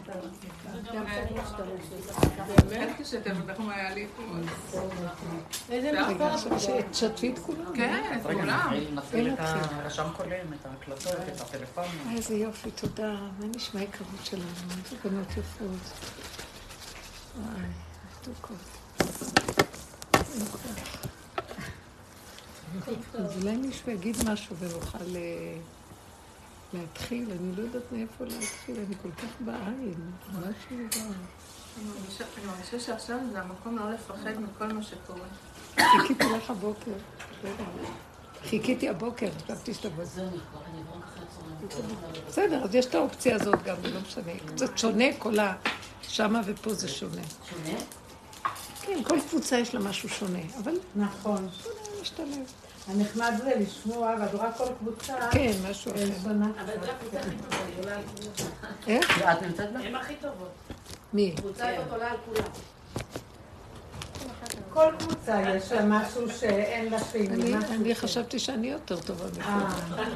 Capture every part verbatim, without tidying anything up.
גם צריך להשתמש בזה. באמת כשאתם בטחם היה לי פה. איזה מספר? תשתפי את כולם. כן, את כולם. נפעיל את הרשם-קולים, את ההקלטות, את הטלפונים. איזה יופי, תודה. מה נשמע היקרות שלנו? איזה בנות יפות. וואי, תוקות. אז אולי מישהו יגיד משהו ונוכל להתחיל. אני לא יודעת מאיפה להתחיל, אני כל כך בעין. משהו דבר. אני מרגישה שעכשיו זה המקום לא לפחד מכל מה שקורה. חיכיתי לך הבוקר. חיכיתי הבוקר, חשבתי שתבוא. בסדר, אז יש את האופציה הזאת גם, זה לא משנה. קצת שונה, כל השמה ופה זה שונה. שונה? כן, כל קבוצה יש לה משהו שונה, אבל... נכון. משתלב. הנחמד זה לשמוע, ואת רואה כל קבוצה... כן, משהו אחר. אבל זה הקבוצה הכי טובה, היא עולה על כולם. איך? ואת נמצאת בה? הן הכי טובות. מי? קבוצה הזאת עולה על כולם. כל קבוצה יש לה משהו שאין לה פיני. אני חשבתי שאני יותר טובה מכל.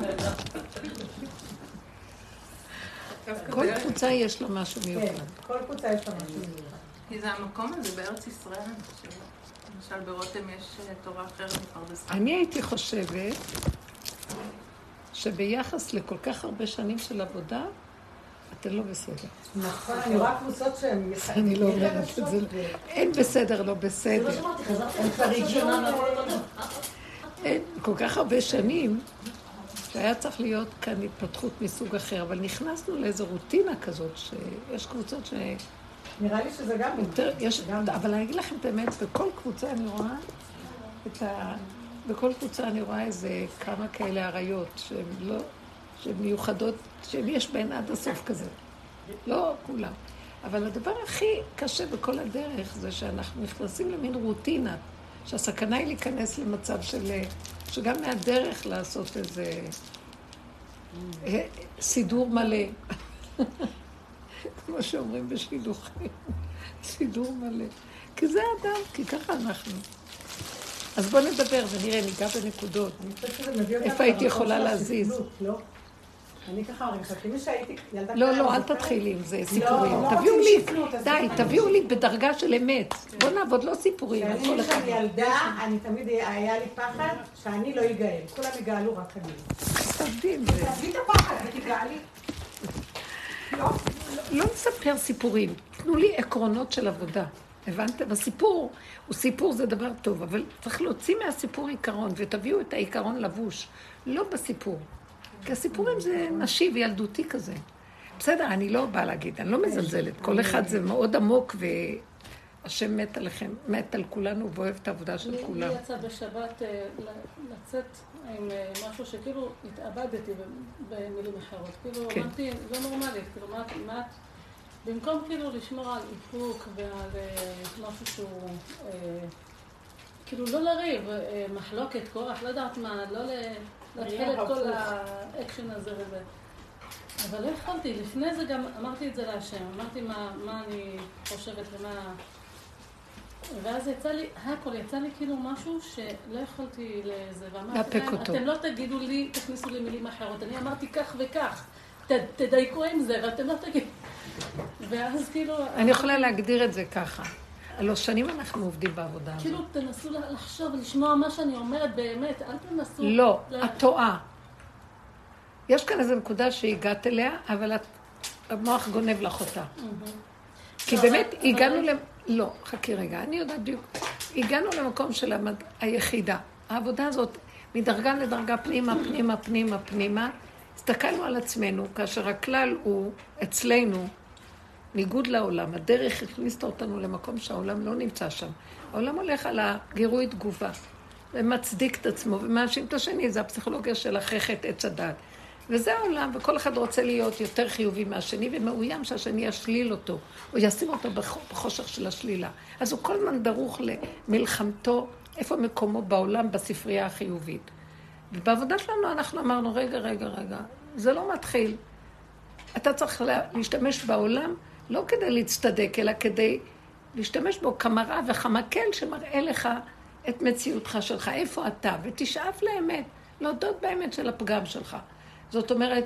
כל קבוצה יש לה משהו מיוחד. כל קבוצה יש לה משהו מיוחד. כי זה המקום הזה בארץ ישראל, למשל ברותם יש תורה אחרת מפרדס חנה. אני הייתי חושבת שביחס לכל כך הרבה שנים של עבודה, אתן לא בסדר. נכון, אני רואה קבוצות שהן... אני לא אומרת את זה. אין בסדר, לא בסדר. הם כבר הגיעו... אין, כל כך הרבה שנים שהיה צריך להיות כאן התפתחות מסוג אחר, אבל נכנסנו לאיזו רוטינה כזאת, שיש קבוצות ש... נראה לי שזה גם... יותר, יש, אבל אני אגיד לכם את האמת, בכל קבוצה אני רואה את ה... בכל קבוצה אני רואה איזה כמה כאלה עריות שהן לא... שהן מיוחדות, שיש בהן עד הסוף כזה. לא כולם. אבל הדבר הכי קשה בכל הדרך זה שאנחנו נכנסים למין רוטינה, שהסכנה היא להיכנס למצב של... שגם מהדרך לעשות איזה... סידור מלא. כמו שאומרים בשילוחים. סידור מלא. כי זה האדם, כי ככה אנחנו. אז בואו נדבר ונראה, ניגע בנקודות. איפה הייתי יכולה להזיז? אני ככה מרגישה, כי מי שהייתי ילדה... לא, לא, אל תתחילי עם זה, סיפורים. תביאו לי, די, תביאו לי בדרגה של אמת. בוא נעבוד, לא סיפורים. כשאני שאני ילדה, אני תמיד היה לי פחד שאני לא אגאל. כולם יגאלו רק אני. תעבדי עם זה. תעבדי את הפחד ותגאלי. לא נספר סיפורים, תנו לי עקרונות של עבודה. הבנתם? הסיפור, הוא סיפור זה דבר טוב, אבל צריך להוציא מהסיפור עיקרון, ותביאו את העיקרון לבוש, לא בסיפור. כי הסיפורים זה נשי וילדותי כזה. בסדר, אני לא באה להגיד, אני לא מזלזלת. כל אחד זה מאוד עמוק, והשם מת עליכם, מת על כולנו, ואוהב את העבודה של כולם. אני יצא בשבת לצאת עם משהו שכאילו התאבדתי במילים אחרות. כאילו אמרתי, זה נורמלית, כאילו מה את... במקום כאילו לשמור על איפוק ועל משהו שהוא... כאילו לא לריב, מחלוקת, כוח, לא יודעת מה, לא להתחיל את כל האקשן הזה וזה. אבל לא יכולתי, לפני זה גם אמרתי את זה להשם, אמרתי מה, מה אני חושבת ומה... ואז יצא לי, הכל, יצא לי כאילו משהו שלא יכולתי לזה, ואמרתי להם, אתם לא תגידו לי, תכניסו לי מילים אחרות, אני אמרתי כך וכך, ת, תדייקו עם זה, ואתם לא תגידו. ואז כאילו... אני יכולה להגדיר את זה ככה. הלא שנים אנחנו עובדים בעבודה הזאת. כאילו תנסו לחשוב, לשמוע מה שאני אומרת באמת, אל תנסו... לא, את טועה. יש כאן איזו נקודה שהגעת אליה, אבל המוח גונב לך אותה. כי באמת הגענו ל... לא, חכי רגע, אני יודעת בדיוק. הגענו למקום של היחידה. העבודה הזאת, מדרגה לדרגה פנימה, פנימה, פנימה, פנימה, הסתכלנו על עצמנו, כאשר הכלל הוא אצלנו, ניגוד לעולם. הדרך הכניסת אותנו למקום שהעולם לא נמצא שם. העולם הולך על הגירוי תגובה, ומצדיק את עצמו, ומאשים את השני, זה הפסיכולוגיה של החכת עץ הדת. וזה העולם, וכל אחד רוצה להיות יותר חיובי מהשני, ומאוים שהשני ישליל אותו, או ישים אותו בחושך של השלילה. אז הוא כל הזמן דרוך למלחמתו, איפה מקומו בעולם, בספרייה החיובית. ובעבודה שלנו אנחנו אמרנו, רגע, רגע, רגע, זה לא מתחיל. אתה צריך להשתמש בעולם, לא כדי להצטדק, אלא כדי להשתמש בו כמראה וכמקל שמראה לך את מציאותך שלך, איפה אתה, ותשאף לאמת, להודות באמת של הפגם שלך. זאת אומרת,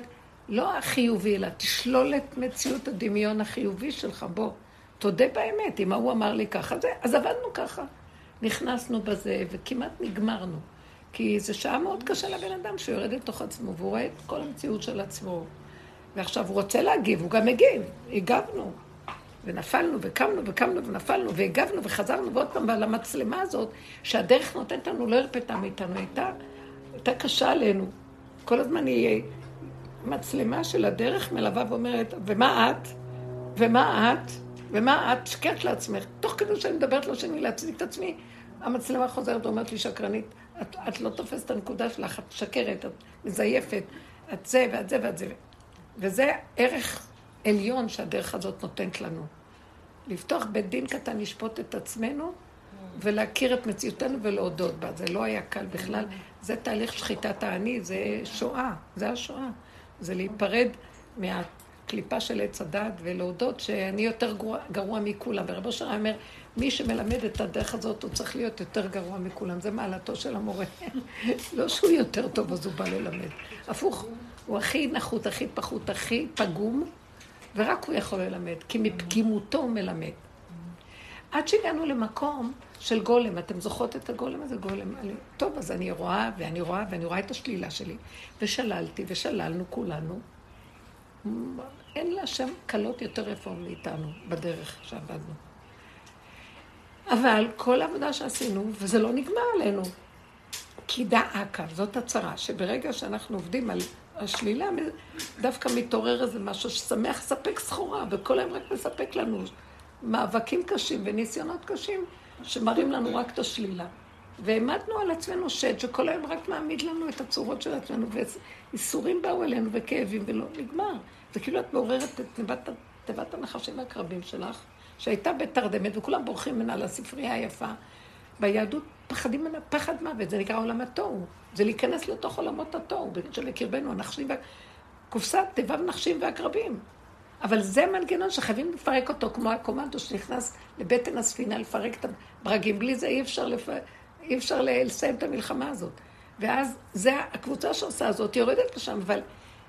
לא החיובי, אלא תשלול את מציאות הדמיון החיובי שלך, בוא, תודה באמת, אם הוא אמר לי ככה, זה, אז עבדנו ככה. נכנסנו בזה וכמעט נגמרנו. כי זה שעה מאוד קשה לבן אדם שיורד לתוך עצמו, והוא רואה את כל המציאות של עצמו. ועכשיו הוא רוצה להגיב, הוא גם מגיב, הגבנו. ונפלנו וקמנו וקמנו ונפלנו והגבנו וחזרנו ועוד פעם על המצלמה הזאת, שהדרך נותנת לנו לא הרפתה מאיתנו, הייתה, הייתה קשה עלינו. כל הזמן היא מצלמה של הדרך מלווה ואומרת, ומה את? ומה את? ומה את? שקט לעצמך. תוך כדי שאני מדברת לו שאני להצדיק את עצמי, המצלמה חוזרת ואומרת לי שקרנית, את, את לא תופסת את הנקודה שלך, את שקרת, את מזייפת, את זה ואת זה ואת זה. וזה ערך עליון שהדרך הזאת נותנת לנו. לפתוח בית דין קטן, לשפוט את עצמנו, ולהכיר את מציאותנו ולהודות בה. זה לא היה קל בכלל. זה תהליך שחיטת העני, זה שואה, זה השואה. זה להיפרד מהקליפה של עץ הדת, ולהודות שאני יותר גרוע, גרוע מכולם. ורב אושר אומר, מי שמלמד את הדרך הזאת, הוא צריך להיות יותר גרוע מכולם. זה מעלתו של המורה. לא שהוא יותר טוב, אז הוא בא ללמד. הפוך, הוא הכי נחות, הכי פחות, הכי פגום, ורק הוא יכול ללמד, כי מפגימותו הוא מלמד. עד שהגענו למקום של גולם, אתם זוכרות את הגולם הזה? גולם, אני, טוב, אז אני רואה, ואני רואה, ואני רואה את השלילה שלי, ושללתי, ושללנו כולנו. אין לה שם קלות יותר יפות מאיתנו בדרך שעבדנו. אבל כל העבודה שעשינו, וזה לא נגמר עלינו, כי דאקה, זאת הצרה, שברגע שאנחנו עובדים על השלילה, דווקא מתעורר איזה משהו ששמח ספק סחורה, וכל היום רק מספק לנו מאבקים קשים וניסיונות קשים, שמראים לנו רק את השלילה. והעמדנו על עצמנו שד, שכל היום רק מעמיד לנו את הצורות של עצמנו, ואיסורים באו אלינו וכאבים, ולא נגמר. זה כאילו את מעוררת את תיבת, תיבת הנחשים והקרבים שלך, שהייתה בתרדמת, וכולם בורחים ממנה לספרייה היפה. ביהדות פחדים ממנה, פחד מוות, זה נקרא עולם התוהו. זה להיכנס לתוך עולמות התוהו, שבקרבנו הנחשים, קופסת תיבה ונחשים והקרבים. אבל זה מנגנון שחייבים לפרק אותו, כמו הקומנדו שנכנס לבטן הספינה, לפרק את הברגים. בלי זה אי אפשר, לפ... אי אפשר לסיים את המלחמה הזאת. ואז זה הקבוצה שעושה הזאת, יורדת לשם, אבל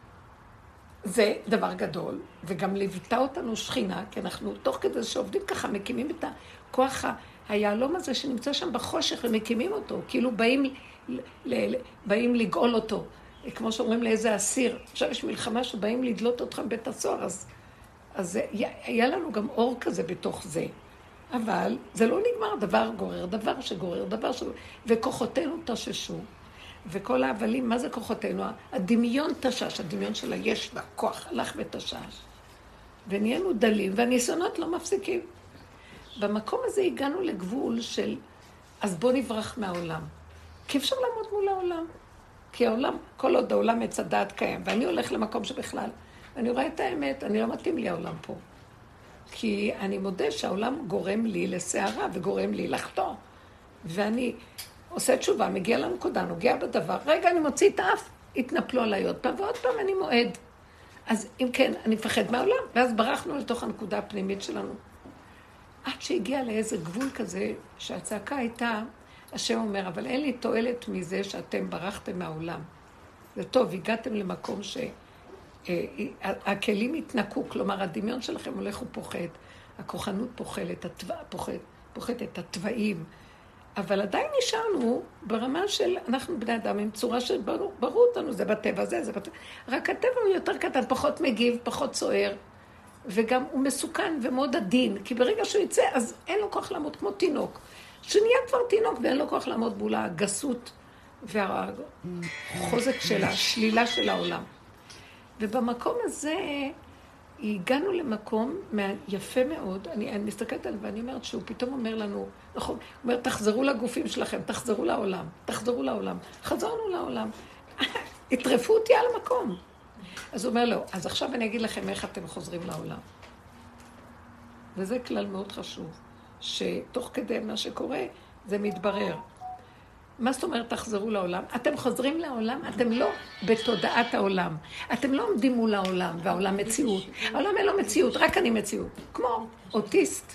זה דבר גדול, וגם ליוותה אותנו שכינה, כי אנחנו תוך כדי שעובדים ככה, מקימים את הכוח היעלום הזה שנמצא שם בחושך, ומקימים אותו, כאילו באים, ל... ל... באים לגאול אותו. כמו שאומרים לאיזה אסיר, עכשיו יש מלחמה שבאים לדלות אותך בבית הסוהר, אז, אז היה לנו גם אור כזה בתוך זה. אבל זה לא נגמר, דבר גורר דבר שגורר דבר שגורר, וכוחותינו תששו. וכל ההבלים, מה זה כוחותינו? הדמיון תשש, הדמיון של היש והכוח הלך ותשש. ונהיינו דלים, והניסיונות לא מפסיקים. במקום הזה הגענו לגבול של, אז בוא נברח מהעולם. כי אפשר לעמוד מול העולם. כי העולם, כל עוד העולם עץ הדעת קיים, ואני הולך למקום שבכלל, אני רואה את האמת, אני לא מתאים לי העולם פה. כי אני מודה שהעולם גורם לי לסערה וגורם לי לחטוא. ואני עושה תשובה, מגיע לנקודה, נוגע בדבר, רגע אני מוציא את האף, התנפלו עליי עוד פעם, ועוד פעם אני מועד. אז אם כן, אני מפחד מהעולם, ואז ברחנו לתוך הנקודה הפנימית שלנו. עד שהגיע לאיזה גבול כזה, שהצעקה הייתה, השם אומר, אבל אין לי תועלת מזה שאתם ברחתם מהעולם. זה טוב, הגעתם למקום שהכלים התנקו, כלומר, הדמיון שלכם הולך ופוחד, הכוחנות פוחלת, פוחד, פוחד את הטבעים, אבל עדיין נשארנו ברמה של, אנחנו בני אדם עם צורה שברור אותנו, זה בטבע זה, זה בטבע, רק הטבע הוא יותר קטן, פחות מגיב, פחות סוער, וגם הוא מסוכן ומאוד עדין, כי ברגע שהוא יצא, אז אין לו כוח לעמוד כמו תינוק. שנהיה כבר תינוק ואין לו כוח לעמוד מול הגסות והחוזק של השלילה של העולם. ובמקום הזה הגענו למקום יפה מאוד, אני, אני מסתכלת עליו ואני אומרת שהוא פתאום אומר לנו, נכון, הוא אומר, תחזרו לגופים שלכם, תחזרו לעולם, תחזרו לעולם. חזרנו לעולם, התרפו אותי על המקום. אז הוא אומר לו, אז עכשיו אני אגיד לכם איך אתם חוזרים לעולם. וזה כלל מאוד חשוב. שתוך כדי מה שקורה, זה מתברר. מה זאת אומרת, תחזרו לעולם? אתם חוזרים לעולם, אתם לא בתודעת העולם. אתם לא עומדים מול העולם, והעולם מציאות. העולם אין לו מציאות, רק אני מציאות. כמו אוטיסט,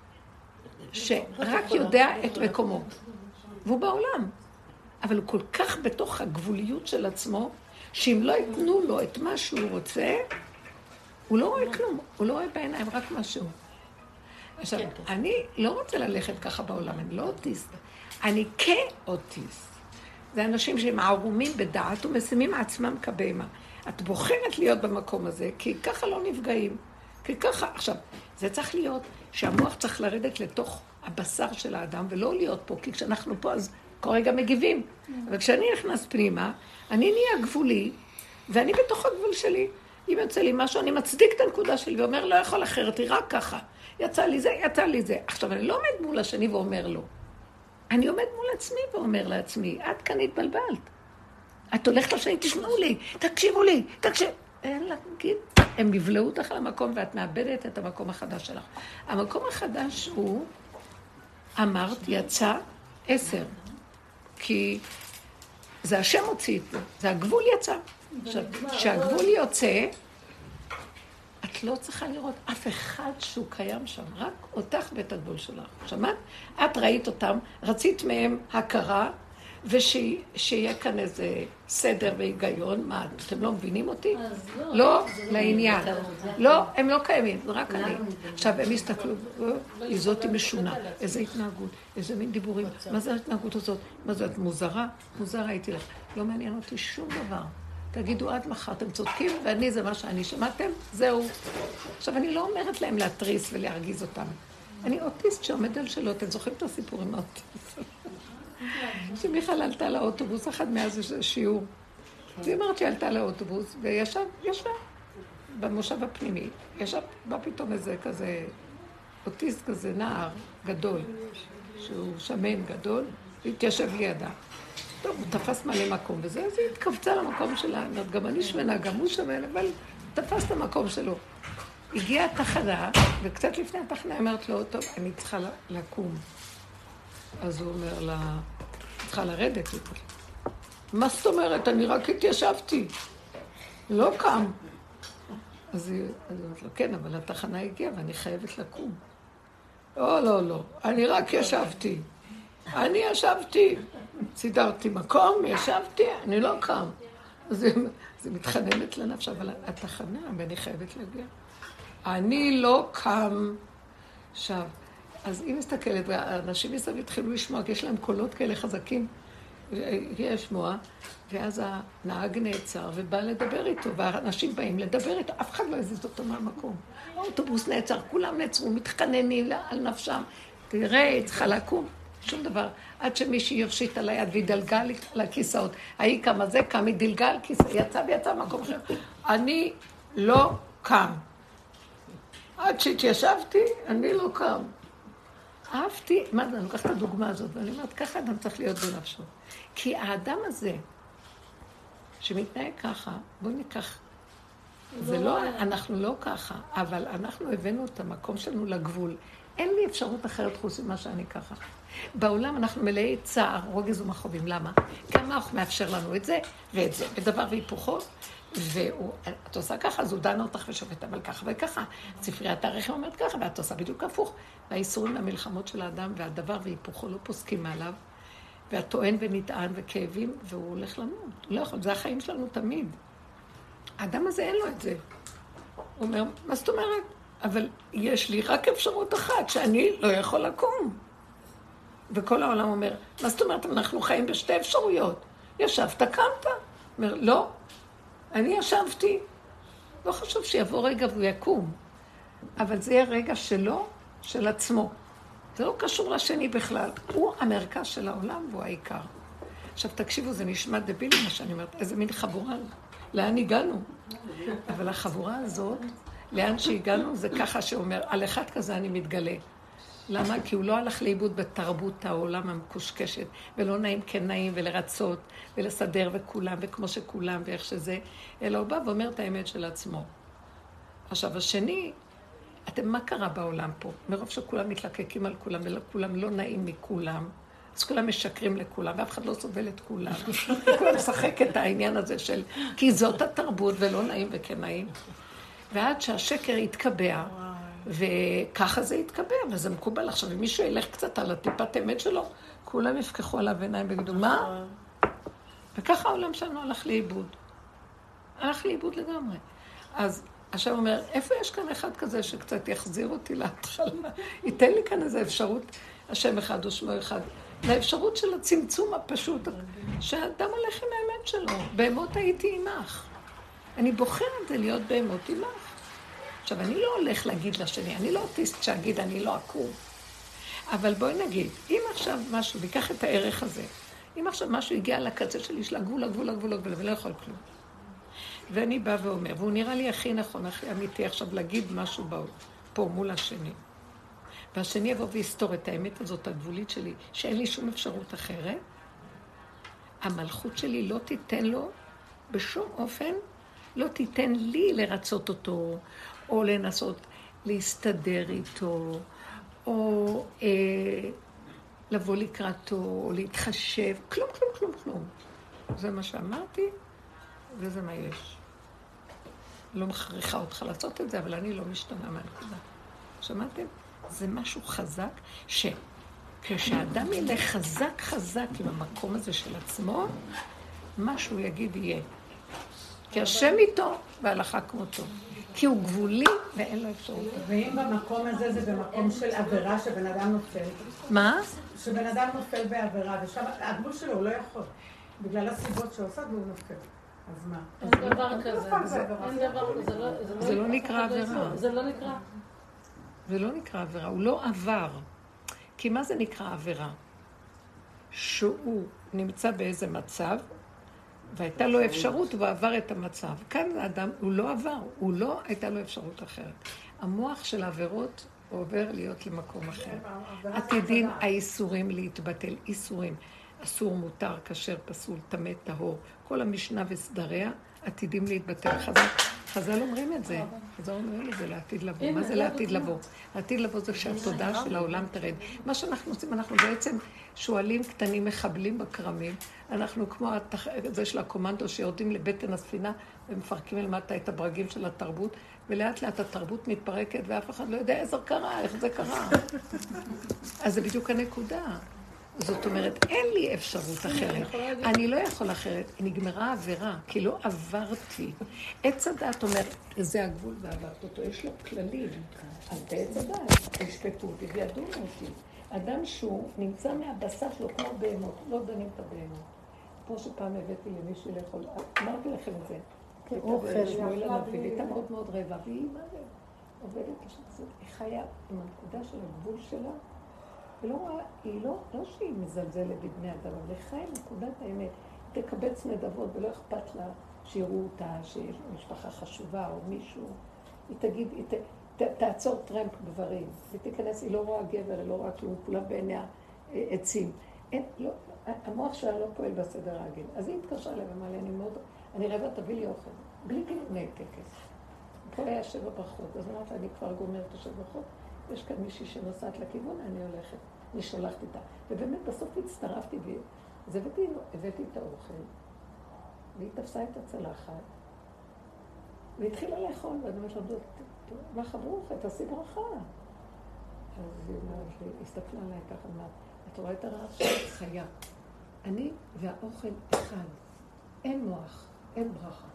שרק יודע את מקומו. והוא בעולם. אבל הוא כל כך בתוך הגבוליות של עצמו, שאם לא ייתנו לו את מה שהוא רוצה, הוא לא רואה כלום, הוא לא רואה בעיניים רק משהו. עכשיו, אני לא רוצה ללכת ככה בעולם, אני לא אוטיסט, אני כאוטיסט. זה אנשים שהם ערומים בדעת ומשימים עצמם כבהמה. את בוחרת להיות במקום הזה, כי ככה לא נפגעים. כי ככה, עכשיו, זה צריך להיות שהמוח צריך לרדת לתוך הבשר של האדם, ולא להיות פה, כי כשאנחנו פה אז כרגע מגיבים. אבל כשאני נכנס פנימה, אני נהיה גבולי, ואני בתוך הגבול שלי. אם יוצא לי משהו, אני מצדיק את הנקודה שלי, ואומר, לא יכול אחרת, היא רק ככה. יצא לי זה, יצא לי זה. עכשיו, אני לא עומד מול השני ואומר לו. אני עומד מול עצמי ואומר לעצמי, את כאן התבלבלת. את הולכת לשני, תשמעו לי, תקשיבו לי, תקשיב. אין להגיד, הם יבלעו אותך למקום ואת מאבדת את המקום החדש שלך. המקום החדש הוא, אמרת, יצא עשר. כי זה השם הוציא את זה, זה הגבול יצא. עכשיו, כשהגבול יוצא, את לא צריכה לראות אף אחד שהוא קיים שם, רק אותך ואת הגבול שלך. שמעת? את ראית אותם, רצית מהם הכרה, ושיהיה כאן איזה סדר והיגיון. מה, אתם לא מבינים אותי? לא, לעניין. לא, הם לא קיימים, זה רק אני. עכשיו, הם הסתכלו, היא זאתי משונה, איזה התנהגות, איזה מין דיבורים, מה זה ההתנהגות הזאת? מה זה, את מוזרה? מוזרה הייתי לך. לא מעניין אותי שום דבר. תגידו עד מחר, אתם צודקים, ואני זה מה שאני שמעתם, זהו. עכשיו, אני לא אומרת להם להתריס ולהרגיז אותם. אני אוטיסט שעומד על שלו, אתם זוכרים את הסיפור עם האוטיסט? שמיכל עלתה לאוטובוס, אחד מאז זה שיעור. אז היא אמרת שעלתה לאוטובוס, וישב, ישב, במושב הפנימי, ישב, בא פתאום איזה כזה, אוטיסט כזה, נער גדול, שהוא שמן גדול, והתיישב לידה. טוב, הוא תפס מלא מקום, וזה, אז היא התכווצה למקום שלה, גם אני שמנה, גם הוא שמן, אבל תפס את המקום שלו. הגיעה התחנה, וקצת לפני התחנה אמרת לו, טוב, אני צריכה לקום. אז הוא אומר לה, צריכה לרדת. מה זאת אומרת? אני רק התיישבתי. לא קם. אז היא אומרת לו, כן, אבל התחנה הגיעה ואני חייבת לקום. לא, לא, לא, אני רק ישבתי. אני ישבתי. סידרתי מקום, ישבתי, אני לא קם. אז היא מתחננת לנפש, אבל התחנה, ואני חייבת להגיע. אני לא קם. עכשיו, אז היא מסתכלת, והאנשים מסביב התחילו לשמוע, כי יש להם קולות כאלה חזקים, היא לשמוע, ואז הנהג נעצר ובא לדבר איתו, והאנשים באים לדבר איתו, אף אחד לא הזיז אותו מהמקום. האוטובוס נעצר, כולם נעצרו, מתחננים על נפשם, תראה, היא צריכה לקום, שום דבר, עד שמישהי ירשית על היד והיא דלגה על הכיסאות. ההיא כמה זה, כמה היא דלגה על כיסא, יצא ויצא במקום אחר. אני לא קם. עד שהתיישבתי, אני לא קם. אהבתי, מה זה, אני לוקחת את הדוגמה הזאת, ואני אומרת, ככה אדם צריך להיות בנפשו. כי האדם הזה, שמתנהג ככה, בואו ניקח, זה לא, אנחנו לא ככה, אבל אנחנו הבאנו את המקום שלנו לגבול. אין לי אפשרות אחרת חוץ ממה שאני ככה. בעולם אנחנו מלאי צער, רוגז ומכאובים. למה? כי המוח מאפשר לנו את זה ואת זה, בדבר והיפוכו, ואת עושה ככה, אז הוא דן אותך ושופט, אבל ככה וככה. ספריית הערכים אומרת ככה, ואת עושה בדיוק הפוך. והאיסורים והמלחמות של האדם והדבר והיפוכו לא פוסקים מעליו, והטוען ונטען וכאבים, והוא הולך למות. הוא לא יכול, זה החיים שלנו תמיד. האדם הזה אין לו את זה. הוא אומר, מה זאת אומרת? אבל יש לי רק אפשרות אחת, שאני לא יכול לקום. וכל העולם אומר, מה זאת אומרת? אנחנו חיים בשתי אפשרויות. ישבת, קמת. אומר, לא. אני ישבתי. לא חשוב שיבוא רגע והוא יקום. אבל זה יהיה רגע שלו, של עצמו. זה לא קשור לשני בכלל. הוא המרכז של העולם והוא העיקר. עכשיו תקשיבו, זה נשמע דבילי מה שאני אומרת. איזה מין חבורה. לאן הגענו? אבל החבורה הזאת, לאן שהגענו, זה ככה שאומר, על אחד כזה אני מתגלה. למה? כי הוא לא הלך לאיבוד בתרבות העולם המקושקשת, ולא נעים כן נעים, ולרצות, ולסדר וכולם, וכמו שכולם, ואיך שזה, אלא הוא בא ואומר את האמת של עצמו. עכשיו, השני, אתם, מה קרה בעולם פה? מרוב שכולם מתלקקים על כולם, וכולם לא נעים מכולם, אז כולם משקרים לכולם, ואף אחד לא סובל את כולם. וכולם משחק את העניין הזה של, כי זאת התרבות, ולא נעים וכן נעים. ועד שהשקר יתקבע, וככה זה יתקבע, וזה מקובל. עכשיו, אם מישהו ילך קצת על הטיפת אמת שלו, כולם יפקחו עליו עיניים ויגידו, מה? וככה העולם שלנו הלך לאיבוד. הלך לאיבוד לגמרי. אז עכשיו אומר, איפה יש כאן אחד כזה שקצת יחזיר אותי להתחלה? ייתן לי כאן איזו אפשרות, השם אחד ושמו אחד, לאפשרות של הצמצום הפשוט, שהאדם הולך עם האמת שלו. בהמות הייתי עמך. אני בוחר את זה להיות בהמות עמך. עכשיו, אני לא הולך להגיד לשני, אני לא אוטיסט שאגיד, אני לא אקום. אבל בואי נגיד, אם עכשיו משהו, ויקח את הערך הזה, אם עכשיו משהו הגיע לקצה שלי, של הגבול, הגבול, הגבול, הגבול, ולא יכול כלום. ואני בא ואומר, והוא נראה לי הכי נכון, הכי אמיתי, עכשיו להגיד משהו פה מול השני. והשני יבוא ויסתור את האמת הזאת הגבולית שלי, שאין לי שום אפשרות אחרת, המלכות שלי לא תיתן לו בשום אופן, לא תיתן לי לרצות אותו, או לנסות להסתדר איתו, או אה, לבוא לקראתו, או להתחשב, כלום, כלום, כלום, כלום. זה מה שאמרתי, וזה מה יש. לא מכריחה אותך לעשות את זה, אבל אני לא משתנה מהנקודה. שמעתם? זה משהו חזק, שכשאדם ילך חזק חזק עם המקום הזה של עצמו, משהו יגיד יהיה. כי השם איתו והלכה כמותו. כי הוא גבולי ואין לו אפשרות. ואם במקום הזה זה במקום של עבירה שבן אדם נופל. מה? שבן אדם נופל בעבירה, ושם הגבול שלו הוא לא יכול. בגלל הסיבות שעושה והוא נופל. אז מה? אין דבר כזה. אין דבר כזה. זה לא נקרא עבירה. זה לא נקרא. זה לא נקרא עבירה, הוא לא עבר. כי מה זה נקרא עבירה? שהוא נמצא באיזה מצב, והייתה לו אפשרות, והוא עבר את המצב. כאן האדם, הוא לא עבר, הוא לא הייתה לו אפשרות אחרת. המוח של העבירות עובר להיות למקום אחר. עתידין האיסורים להתבטל, איסורים. אסור, מותר, כשר, פסול, טמא, טהור. כל המשנה וסדריה עתידים להתבטל. חז"ל, חז"ל אומרים את זה. חז"ל אומרים את זה לעתיד לבוא. מה זה לעתיד לבוא? לעתיד לבוא זה שהתודעה של העולם תרד. מה שאנחנו עושים, אנחנו בעצם שואלים קטנים מחבלים בקרמים. אנחנו כמו זה של הקומנדו שיורדים לבטן הספינה ומפרקים למטה את הברגים של התרבות, ולאט לאט התרבות מתפרקת ואף אחד לא יודע איזה קרה, איך זה קרה. אז זה בדיוק הנקודה. זאת אומרת, אין לי אפשרות אחרת. אני לא יכול אחרת. נגמרה עבירה, כי לא עברתי. עץ הדת אומר, זה הגבול ועברת אותו. יש לו כללים. אז בעץ הדת, ישפטו אותי וידונו אותי. אדם שהוא נמצא מהבשר שלו כמו בהמות, לא דנים את הבהמות. כמו שפעם הבאתי למישהו לאכול, אמרתי לכם את זה. כאוכל. שמואל הנביא, הייתה מאוד מאוד רעבה, והיא מה זה? עובדת כשזה, היא חיה עם הנקודה של הגבול שלה, ולא, היא לא, לא שהיא מזלזלת בבני אדם, אבל היא חיה עם נקודת האמת. היא תקבץ נדבות ולא אכפת לה שיראו אותה, שיש לה משפחה חשובה או מישהו. היא תגיד, היא ת, ת, תעצור טרמפ גברים, היא תיכנס, היא לא רואה גבר, היא לא רואה כלום, כולם בעיניה עצים. אין, לא, המוח שלה לא פועל בסדר הרגיל. אז היא התקשרה אליי ואמרה לי, אני מאוד, אני רעבה, תביא לי אוכל. בלי פני טקס. פה היה שבע ברכות, אז אמרת, אני כבר גומרת את השבע ברכות. יש כאן מישהי שנוסעת לכיוון, אני הולכת, אני שולחת איתה. ובאמת בסוף הצטרפתי, אז הבאתי, הבאתי את האוכל, והיא תפסה את הצלחת, והתחילה לאכול, ואני אומרת לה, מה חברוך? תעשי ברכה. אז היא אומרת לי, הסתכלה עליי ככה, אמרת, את רואה את הרעב שאת חיה. אני והאוכל אחד. אין מוח, אין ברכה.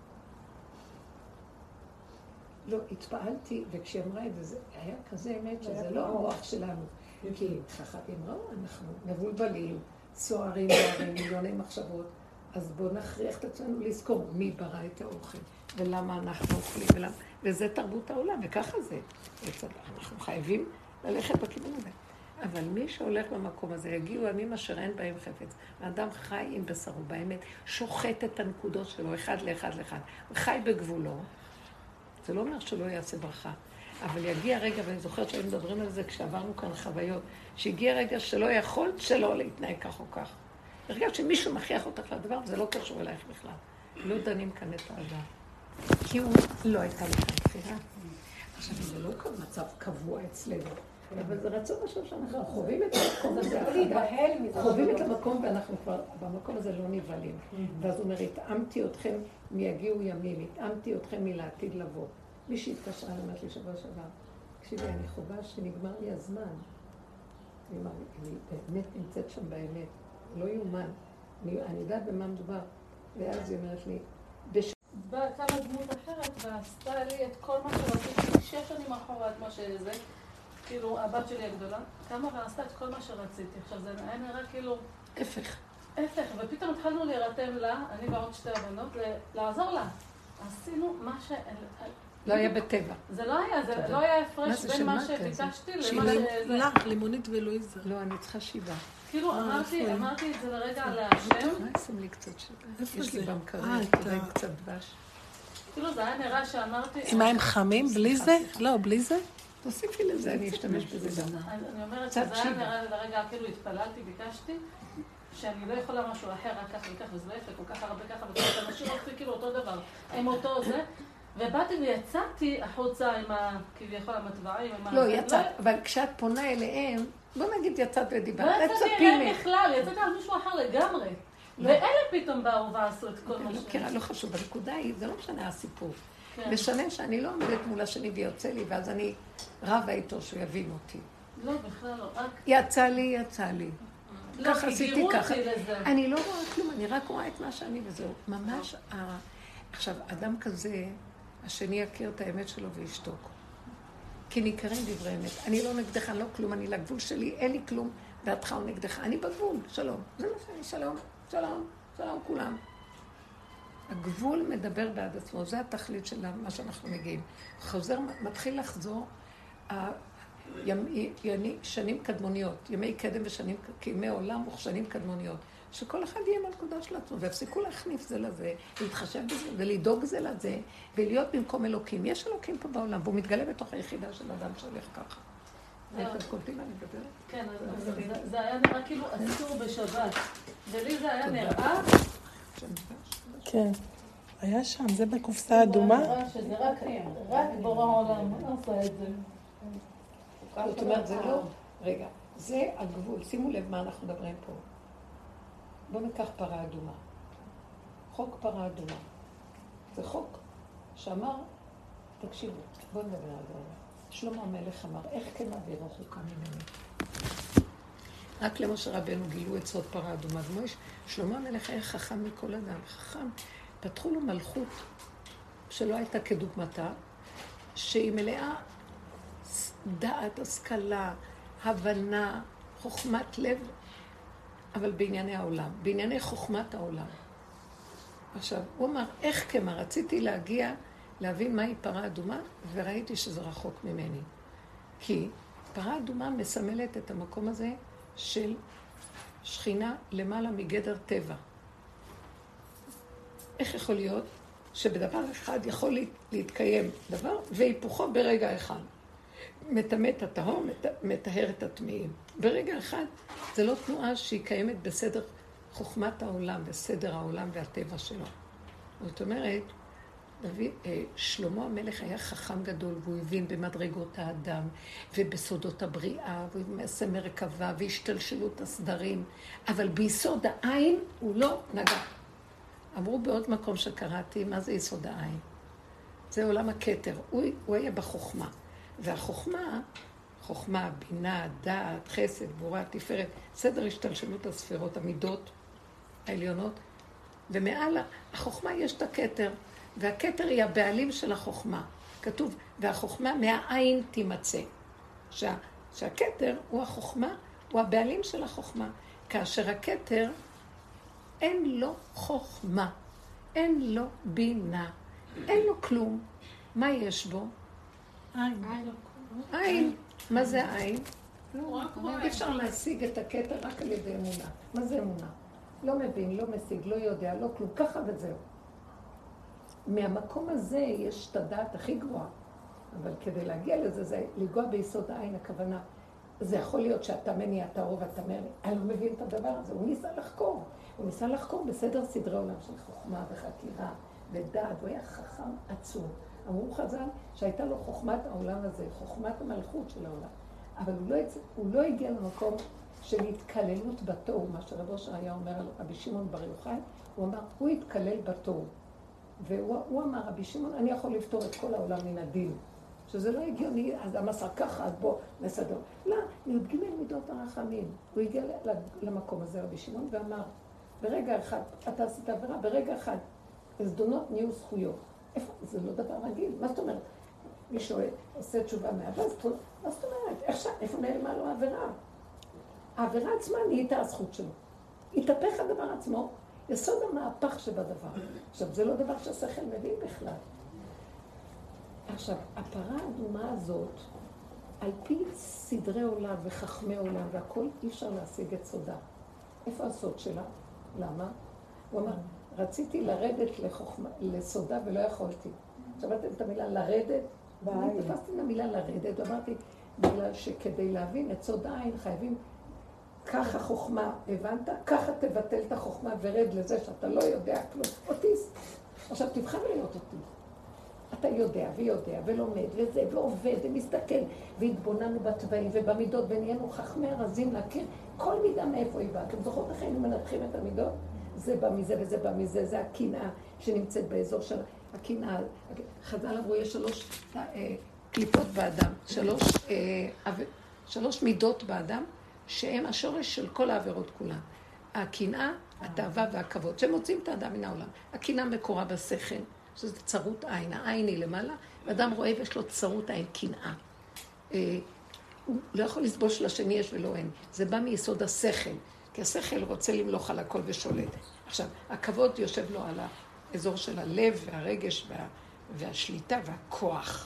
לא, התפעלתי, וכשהיא אמרה את זה, זה היה כזה אמת שזה לא המוח שלנו. כי חכמים ראו, אנחנו מבולבלים, סוערים וערים, מיליוני מחשבות, אז בואו נכריח את עצמנו לזכור מי ברא את האוכל, ולמה אנחנו אוכלים, ולמה, וזה תרבות העולם, וככה זה. אנחנו חייבים ללכת בכיוון הזה. אבל מי שהולך במקום הזה, יגיעו ימים אשר אין בהם חפץ. האדם חי עם בשרו באמת, שוחט את הנקודות שלו, אחד לאחד לאחד. הוא חי בגבולו. זה לא אומר שלא יעשה ברכה. אבל יגיע רגע, ואני זוכרת שהיינו מדברים על זה כשעברנו כאן חוויות, שהגיע רגע שלא יכולת שלא להתנהג כך או כך. הרגע שמישהו מכריח אותך לדבר, זה לא קשור אלייך בכלל. לא דנים כאן את האדם. כי הוא לא הייתה לכאן בחירה. עכשיו, זה לא כאן מצב קבוע אצלנו. אבל זה רצון משהו שאנחנו חווים את המקום הזה, חווים את המקום ואנחנו כבר במקום הזה לא נבהלים. ואז הוא אומר, התאמתי אתכם מיגיעו ימים, התאמתי אתכם מלעתיד לבוא. מי שהתקשרה למדת לי שבוע שעבר, תקשיבי, אני חובה שנגמר לי הזמן. אני באמת נמצאת שם באמת, לא יאומן. אני יודעת במה מדובר. ואז היא אומרת לי, באה כמה דמות אחרת ועשתה לי את כל מה שרציתי, שש שנים אחורה את מה שזה, כאילו הבת שלי הגדולה, קמה ועשתה את כל מה שרציתי. עכשיו זה היה נראה כאילו... הפך. הפך, ופתאום התחלנו להירתם לה, אני ועוד שתי הבנות, לעזור לה. עשינו מה ש... לא היה בטבע. זה לא היה, זה לא היה הפרש בין מה שביקשתי למה ש... לא, לימונית ולואיזה. לא, אני צריכה שיבה. כאילו אמרתי, אמרתי את זה לרגע להשם. מה שים לי קצת שיבה? יש לי במקרר, כדאי קצת דבש. כאילו זה היה נראה שאמרתי... עם מים חמים? בלי זה? לא, בלי זה? תוסיפי לזה, אני אשתמש בזה גם. אני אומרת שזה היה נראה לרגע, כאילו התפללתי, ביקשתי, שאני לא יכולה משהו אחר, רק כך וכך, וזה לא יפה, כל כך הרבה ככה, וכך, אנשים הולכים כאילו אותו דבר, עם אותו זה, ובאתי ויצאתי החוצה עם ה... כביכול המטבעים, עם ה... לא, יצאת, אבל כשאת פונה אליהם, בוא נגיד יצאת ודיברת, לא יצאתי אליהם בכלל, יצאתי על מישהו אחר לגמרי. ואלה פתאום באו ועשו את כל מה ש... לא חשוב, הנקודה היא, זה לא משנה הסיפור. משנה שאני לא עומדת מול השני ויוצא לי, ואז אני רבה איתו שהוא יבין אותי. לא, בכלל לא, רק... יצא לי, יצא לי. לא, כי גירו אותי לזה. אני לא רואה כלום, אני רק רואה את מה שאני וזהו. ממש, עכשיו, אדם כזה, השני יכיר את האמת שלו וישתוק. כי ניכרים דברי אמת. אני לא נגדך, אני לא כלום, אני לגבול שלי, אין לי כלום, דעתך הוא נגדך. אני בגבול, שלום. זה מה שאני, שלום, שלום, שלום כולם. הגבול מדבר בעד עצמו, זה התכלית של מה שאנחנו מגיעים. חוזר, מתחיל לחזור ימי, שנים קדמוניות, ימי קדם ושנים, כימי עולם ושנים קדמוניות, שכל אחד יהיה מלכודה של עצמו, והפסיקו להכניף זה לזה, להתחשב בזה ולדאוג זה לזה, ולהיות במקום אלוקים. יש אלוקים פה בעולם, והוא מתגלה בתוך היחידה של אדם שהולך ככה. אתם קולטים מה אני מדברת? כן, זה היה נראה כאילו אסור בשבת, ולי זה היה נראה... כן, היה שם, זה בקופסה אדומה. שזה רק בורא העולם, מה עושה את זה? זאת אומרת, זה לא... רגע, זה הגבול, שימו לב מה אנחנו מדברים פה. בואו ניקח פרה אדומה. חוק פרה אדומה. זה חוק שאמר, תקשיבו, בואו נדבר על זה. שלמה המלך אמר, איך כן מעביר רחוקה ממני? רק למשה רבנו גילו את סוד פרה אדומה. שלמה המלך היה חכם מכל אדם, חכם. פתחו לו מלכות שלא הייתה כדוגמתה, שהיא מלאה דעת, השכלה, הבנה, חוכמת לב, אבל בענייני העולם, בענייני חוכמת העולם. עכשיו, הוא אמר, איך כמה? רציתי להגיע, להבין מהי פרה אדומה, וראיתי שזה רחוק ממני. כי פרה אדומה מסמלת את המקום הזה של שכינה למעלה מגדר טבע. איך יכול להיות שבדבר אחד יכול להתקיים דבר, והיפוכו ברגע אחד. מטמא את הטהור, מטהר את הטמאים. ברגע אחד זה לא תנועה שהיא קיימת בסדר חוכמת העולם, בסדר העולם והטבע שלו. זאת אומרת, דוד, שלמה המלך היה חכם גדול, והוא הבין במדרגות האדם, ובסודות הבריאה, ובמעשה מרכבה, והשתלשלות הסדרים, אבל ביסוד העין הוא לא נגע. אמרו בעוד מקום שקראתי, מה זה יסוד העין? זה עולם הכתר, הוא, הוא היה בחוכמה. והחוכמה, חוכמה, בינה, דעת, חסד, גבורה, תפארת, סדר השתלשלות הספירות, המידות העליונות, ומעל החוכמה יש את הכתר, והכתר היא הבעלים של החוכמה. כתוב, והחוכמה מהעין תימצא. שה, שהכתר הוא החוכמה, הוא הבעלים של החוכמה. כאשר הכתר אין לו חוכמה, אין לו בינה, אין לו כלום. מה יש בו? עין. עין. מה זה עין? אי אפשר להשיג את הכתר רק על ידי אמונה. מה זה אמונה? לא מבין, לא משיג, לא יודע, לא כלום, ככה וזהו. מהמקום הזה יש את הדעת הכי גבוהה, אבל כדי להגיע לזה, זה לגוע ביסוד העין, הכוונה. זה יכול להיות שאתה מניע את הרוב, אתה מניע, אני לא מבין את הדבר הזה. הוא ניסה לחקור, הוא ניסה לחקור בסדר סדרי עולם של חוכמה וחקירה ודעת, הוא היה חכם עצום. אמרו חז"ל שהייתה לו חוכמת העולם הזה, חוכמת המלכות של העולם. אבל הוא לא, הוא לא הגיע למקום של התקללות בתור, מה שרב אושר היה אומר על רבי שמעון בר יוחאי, הוא אמר, הוא התקלל בתור. והוא אמר, רבי שמעון, אני יכול לפתור את כל העולם מן הדין. שזה לא הגיוני, אז המסע ככה, אז בוא נסדר. לא, י"ג מידות הרחמים. הוא הגיע למקום הזה, רבי שמעון, ואמר, ברגע אחד, אתה עשית עבירה, ברגע אחד, זדונות נהיו זכויות. איפה? זה לא דבר רגיל. מה זאת אומרת? מי שעושה תשובה מהווה, מה זאת אומרת? איפה נעלמה לו העבירה? העבירה עצמה נהייתה הזכות שלו. התהפך הדבר עצמו, יסוד המהפך שבדבר. עכשיו, זה לא דבר שהשכל מבין בכלל. עכשיו, הפרה האדומה הזאת, על פי סדרי עולם וחכמי עולם והכל, אי אפשר להשיג את סודה. איפה הסוד שלה? למה? הוא אמר, רציתי לרדת לחוכמה, לסודה ולא יכולתי. שמעתם את המילה לרדת? אני תפסתי את המילה לרדת, ואמרתי, בגלל שכדי להבין את סוד העין חייבים ככה חוכמה, הבנת? ככה תבטל את החוכמה ורד לזה שאתה לא יודע כלום. אוטיסט. עכשיו תבחר להיות אוטיסט. אתה יודע ויודע ולומד וזה ועובד ומסתכל והתבוננו בטבעים ובמידות ונהיינו חכמי הרזים להכיר כל מידה מאיפה היא באה. אתם זוכרות איך היינו מנתחים את המידות? זה בא מזה וזה בא מזה, זה הקנאה שנמצאת באזור של הקנאה. חז"ל אמרו, יש שלוש קליפות באדם, שלוש, שלוש מידות באדם שהם השורש של כל העבירות כולן. הקנאה, התאווה והכבוד, שהם מוצאים את האדם מן העולם. הקנאה מקורה בשכל, שזה צרות עין, העין היא למעלה, ואדם רואה ויש לו צרות עין, קנאה. הוא לא יכול לסבול שלשני יש ולא אין. זה בא מיסוד השכל, כי השכל רוצה למלוך על הכל ושולט. עכשיו, הכבוד יושב לו על האזור של הלב והרגש וה, והשליטה והכוח.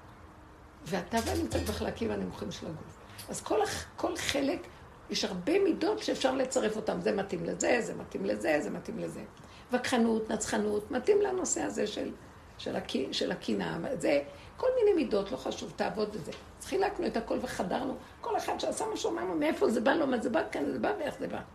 והתאווה נמצאת בחלקים הנמוכים של הגוף. אז כל, כל חלק, יש הרבה מידות שאפשר לצרף אותם. זה מתאים לזה, זה מתאים לזה, זה מתאים לזה. וכחנות, נצחנות, מתאים לנושא הזה של, של, הכ, של הקנאה. זה כל מיני מידות, לא חשוב, תעבוד בזה. אז חילקנו את הכל וחדרנו. כל אחד שעשה משהו, אמרנו, מאיפה זה בא, לא מה זה בא, כאן זה בא ואיך זה בא.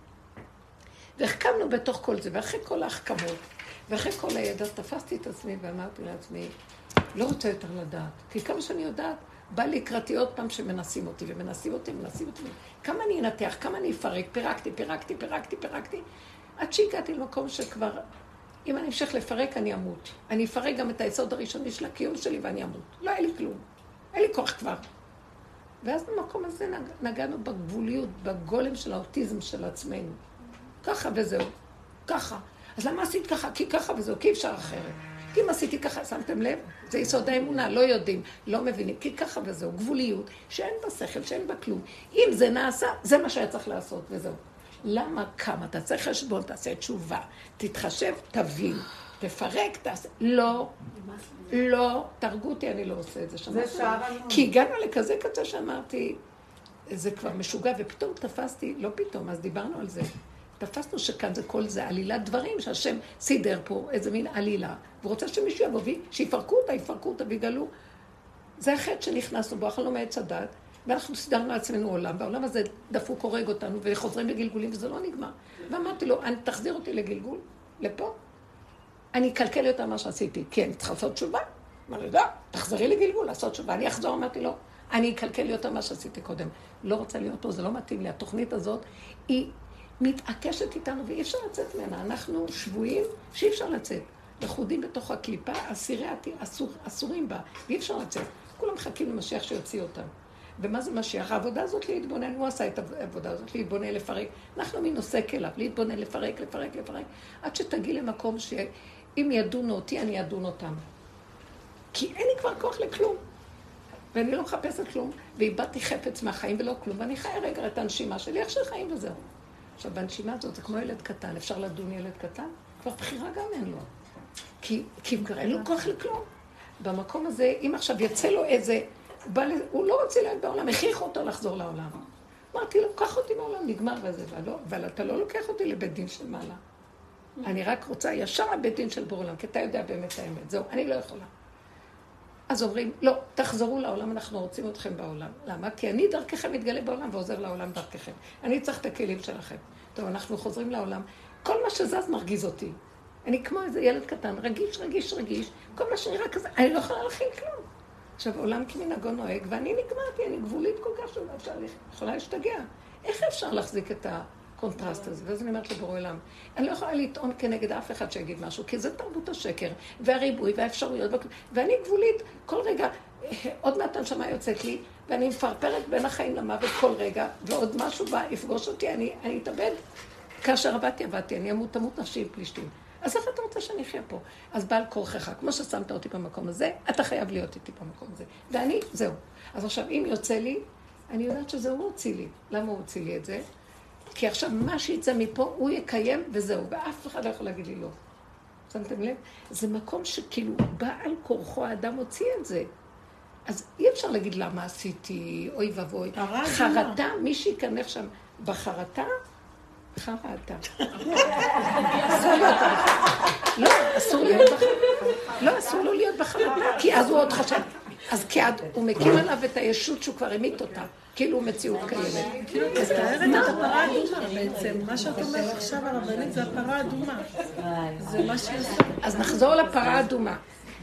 והחכמנו בתוך כל זה, ואחרי כל ההחכמות, ואחרי כל הידע, תפסתי את עצמי ואמרתי לעצמי, לא רוצה יותר לדעת. כי כמה שאני יודעת, בא לי קראתי עוד פעם שמנסים אותי, ומנסים אותי, ומנסים אותי. כמה אני אנתח, כמה אני אפרק, פירקתי, פירקתי, פירקתי, פירקתי. עד שהגעתי למקום שכבר, אם אני אמשיך לפרק, אני אמות. אני אפרק גם את היסוד הראשוני של הקיום שלי, ואני אמות. לא היה לי כלום. אין לי כוח כבר. ואז במקום הזה נגענו בגבוליות, בגולם של האוטיזם של עצמנו. ככה וזהו. ככה. אז למה עשית ככה? כי ככה וזהו, כי אפשר אחרת. כי אם עשיתי ככה, שמתם לב? זה יסוד האמונה, לא יודעים, לא מבינים, כי ככה וזהו, גבוליות, שאין בה שכל, שאין בה כלום. אם זה נעשה, זה מה שהיה צריך לעשות, וזהו. למה כמה? אתה צריך חשבון, תעשה תשובה, תתחשב, תבין, תפרק, תעשה... לא, לא, תרגו אותי, אני לא עושה את זה. זה שער לנו. כי הגענו לכזה קצה שאמרתי, זה כבר משוגע, ופתאום תפסתי, לא פתאום, אז דיברנו על זה. תפסנו שכאן זה כל זה עלילת דברים, שהשם סידר פה איזה מין עלילה, והוא רוצה שמישהו יבוא שיפרקו אותה, יפרקו אותה ויגלו. זה החטא שנכנסנו בו, אכלנו מעץ הדת, ואנחנו סידרנו לעצמנו עולם, והעולם הזה דפוק הורג אותנו, וחוזרים לגלגולים, וזה לא נגמר. ואמרתי לו, אני תחזיר אותי לגלגול, לפה. אני אקלקל יותר מה שעשיתי. כן, צריך לעשות תשובה. אמר לי, לא, תחזרי לגלגול, לעשות תשובה. אני אחזור, אמרתי לו, אני אקלקל יותר מה שעשיתי קודם. לא רוצה להיות פה, זה לא מתאים לי. התוכנית הזאת היא מתעקשת איתנו, ואי אפשר לצאת ממנה. אנחנו שבויים שאי אפשר לצאת. לכודים בתוך הקליפה, אסירי אסור, אסורים בה, ואי אפשר לצאת. כולם מחכים למשיח שיוציא אותם. ומה זה משיח? העבודה הזאת להתבונן, הוא עשה את העבודה הזאת, להתבונן, לפרק. אנחנו מי נוסק אליו, להתבונן, לפרק, לפרק, לפרק. עד שתגיע למקום שאם ידונו אותי, אני ידון אותם. כי אין לי כבר כוח לכלום. ואני לא מחפשת כלום, ואיבדתי חפץ מהחיים ולא כלום, ואני חי רגע את הנשימה שלי, איך שחיים וזהו. עכשיו, בנשימה הזאת זה כמו ילד קטן, אפשר לדון ילד קטן? כבר בחירה גם אין לו. כי, כי כבר אין לו כוח לכלום. במקום הזה, אם עכשיו יצא לו איזה, הוא, לזה, הוא לא רוצה להיות בעולם, הכריח אותו לחזור לעולם. אמרתי לו, קח אותי מעולם, נגמר וזה, ולא, אבל אתה לא לוקח אותי לבית דין של מעלה. אני רק רוצה ישר הבית דין של בעולם, כי אתה יודע באמת האמת. זהו, אני לא יכולה. אז אומרים, לא, תחזרו לעולם, אנחנו רוצים אתכם בעולם. למה? כי אני דרככם מתגלה בעולם ועוזר לעולם דרככם. אני צריך את הכלים שלכם. טוב, אנחנו חוזרים לעולם. כל מה שזז מרגיז אותי. אני כמו איזה ילד קטן, רגיש, רגיש, רגיש. כל מה שנראה כזה, אני לא יכולה להכין כלום. עכשיו, עולם כמנהגו נוהג, ואני נגמרתי, אני גבולית כל כך שלא אפשר, יכולה להשתגע. איך אפשר להחזיק את הקונטרסט הזה? ואז אני אומרת לבורא עולם, אני לא יכולה לטעון כנגד אף אחד שיגיד משהו, כי זה תרבות השקר, והריבוי, והאפשרויות, ואני גבולית, כל רגע, עוד מעט הנשמה יוצאת לי, ואני מפרפרת בין החיים למוות כל רגע, ועוד משהו בא, יפגוש אותי, אני, אני אתאבד. כאשר עבדתי, עבדתי, אני אמות, תמות נפשי עם פלישתים. אז איך אתה רוצה שאני אחיה פה? אז בעל כורכך, כמו ששמת אותי במקום הזה, אתה חייב להיות איתי במקום הזה. ואני, זהו. אז עכשיו, אם יוצא לי, אני יודעת שזה הוא הוציא לי. למה הוא הוציא לי את זה? כי עכשיו, מה שיצא מפה, הוא יקיים וזהו. ואף אחד לא יכול להגיד לי לא. שמתם לב? זה מקום שכאילו בעל כורחו האדם הוציא את זה. אז אי אפשר להגיד למה עשיתי, אוי ואבוי. חרטה, מי שייכנס שם בחרטה, חרטה. לא, אסור להיות בחרטה. לא, אסור לו להיות בחרטה, כי אז הוא עוד חשב. אז כי הוא מקים עליו את הישות שהוא כבר המיט אותה, כאילו הוא מציאות קיימת. כאילו, אז תארת את הפרה האדומה בעצם. מה שאת אומרת עכשיו הרבנית זה הפרה האדומה. זה מה שהיא עושה. אז נחזור לפרה האדומה.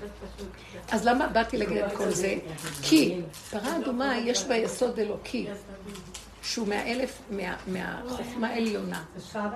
אז למה באתי להגיד את כל זה? כי פרה אדומה יש בה יסוד אלוקי, שהוא מהאלף, מהחוכמה העליונה.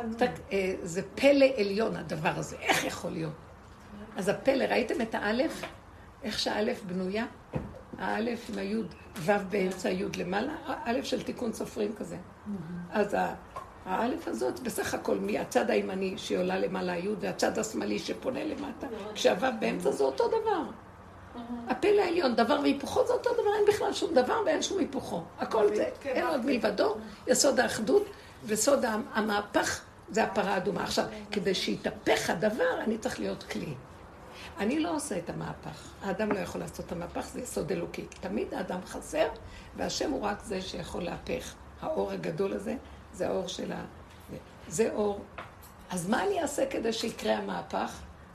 זה פלא עליון הדבר הזה, איך יכול להיות? אז הפלא, ראיתם את האלף? איך שהאלף בנויה? האלף עם היוד, וו באמצע היוד למעלה, האלף של תיקון סופרים כזה. אז האלף הזאת בסך הכל מהצד הימני שהיא עולה למעלה היוד, והצד השמאלי שפונה למטה, כשהוו באמצע זה אותו דבר. הפלא העליון, דבר והיפוכו זה אותו דבר, אין בכלל שום דבר ואין שום היפוכו. הכל זה, אין עוד מלבדו, יסוד האחדות וסוד המהפך זה הפרה האדומה. עכשיו, כדי שיתהפך הדבר, אני צריך להיות כלי. אני לא עושה את המהפך. האדם לא יכול לעשות את המהפך, זה יסוד אלוקי. תמיד האדם חסר, והשם הוא רק זה שיכול להפך. האור הגדול הזה, זה האור של ה... זה אור. אז מה אני אעשה כדי שיקרה המהפך?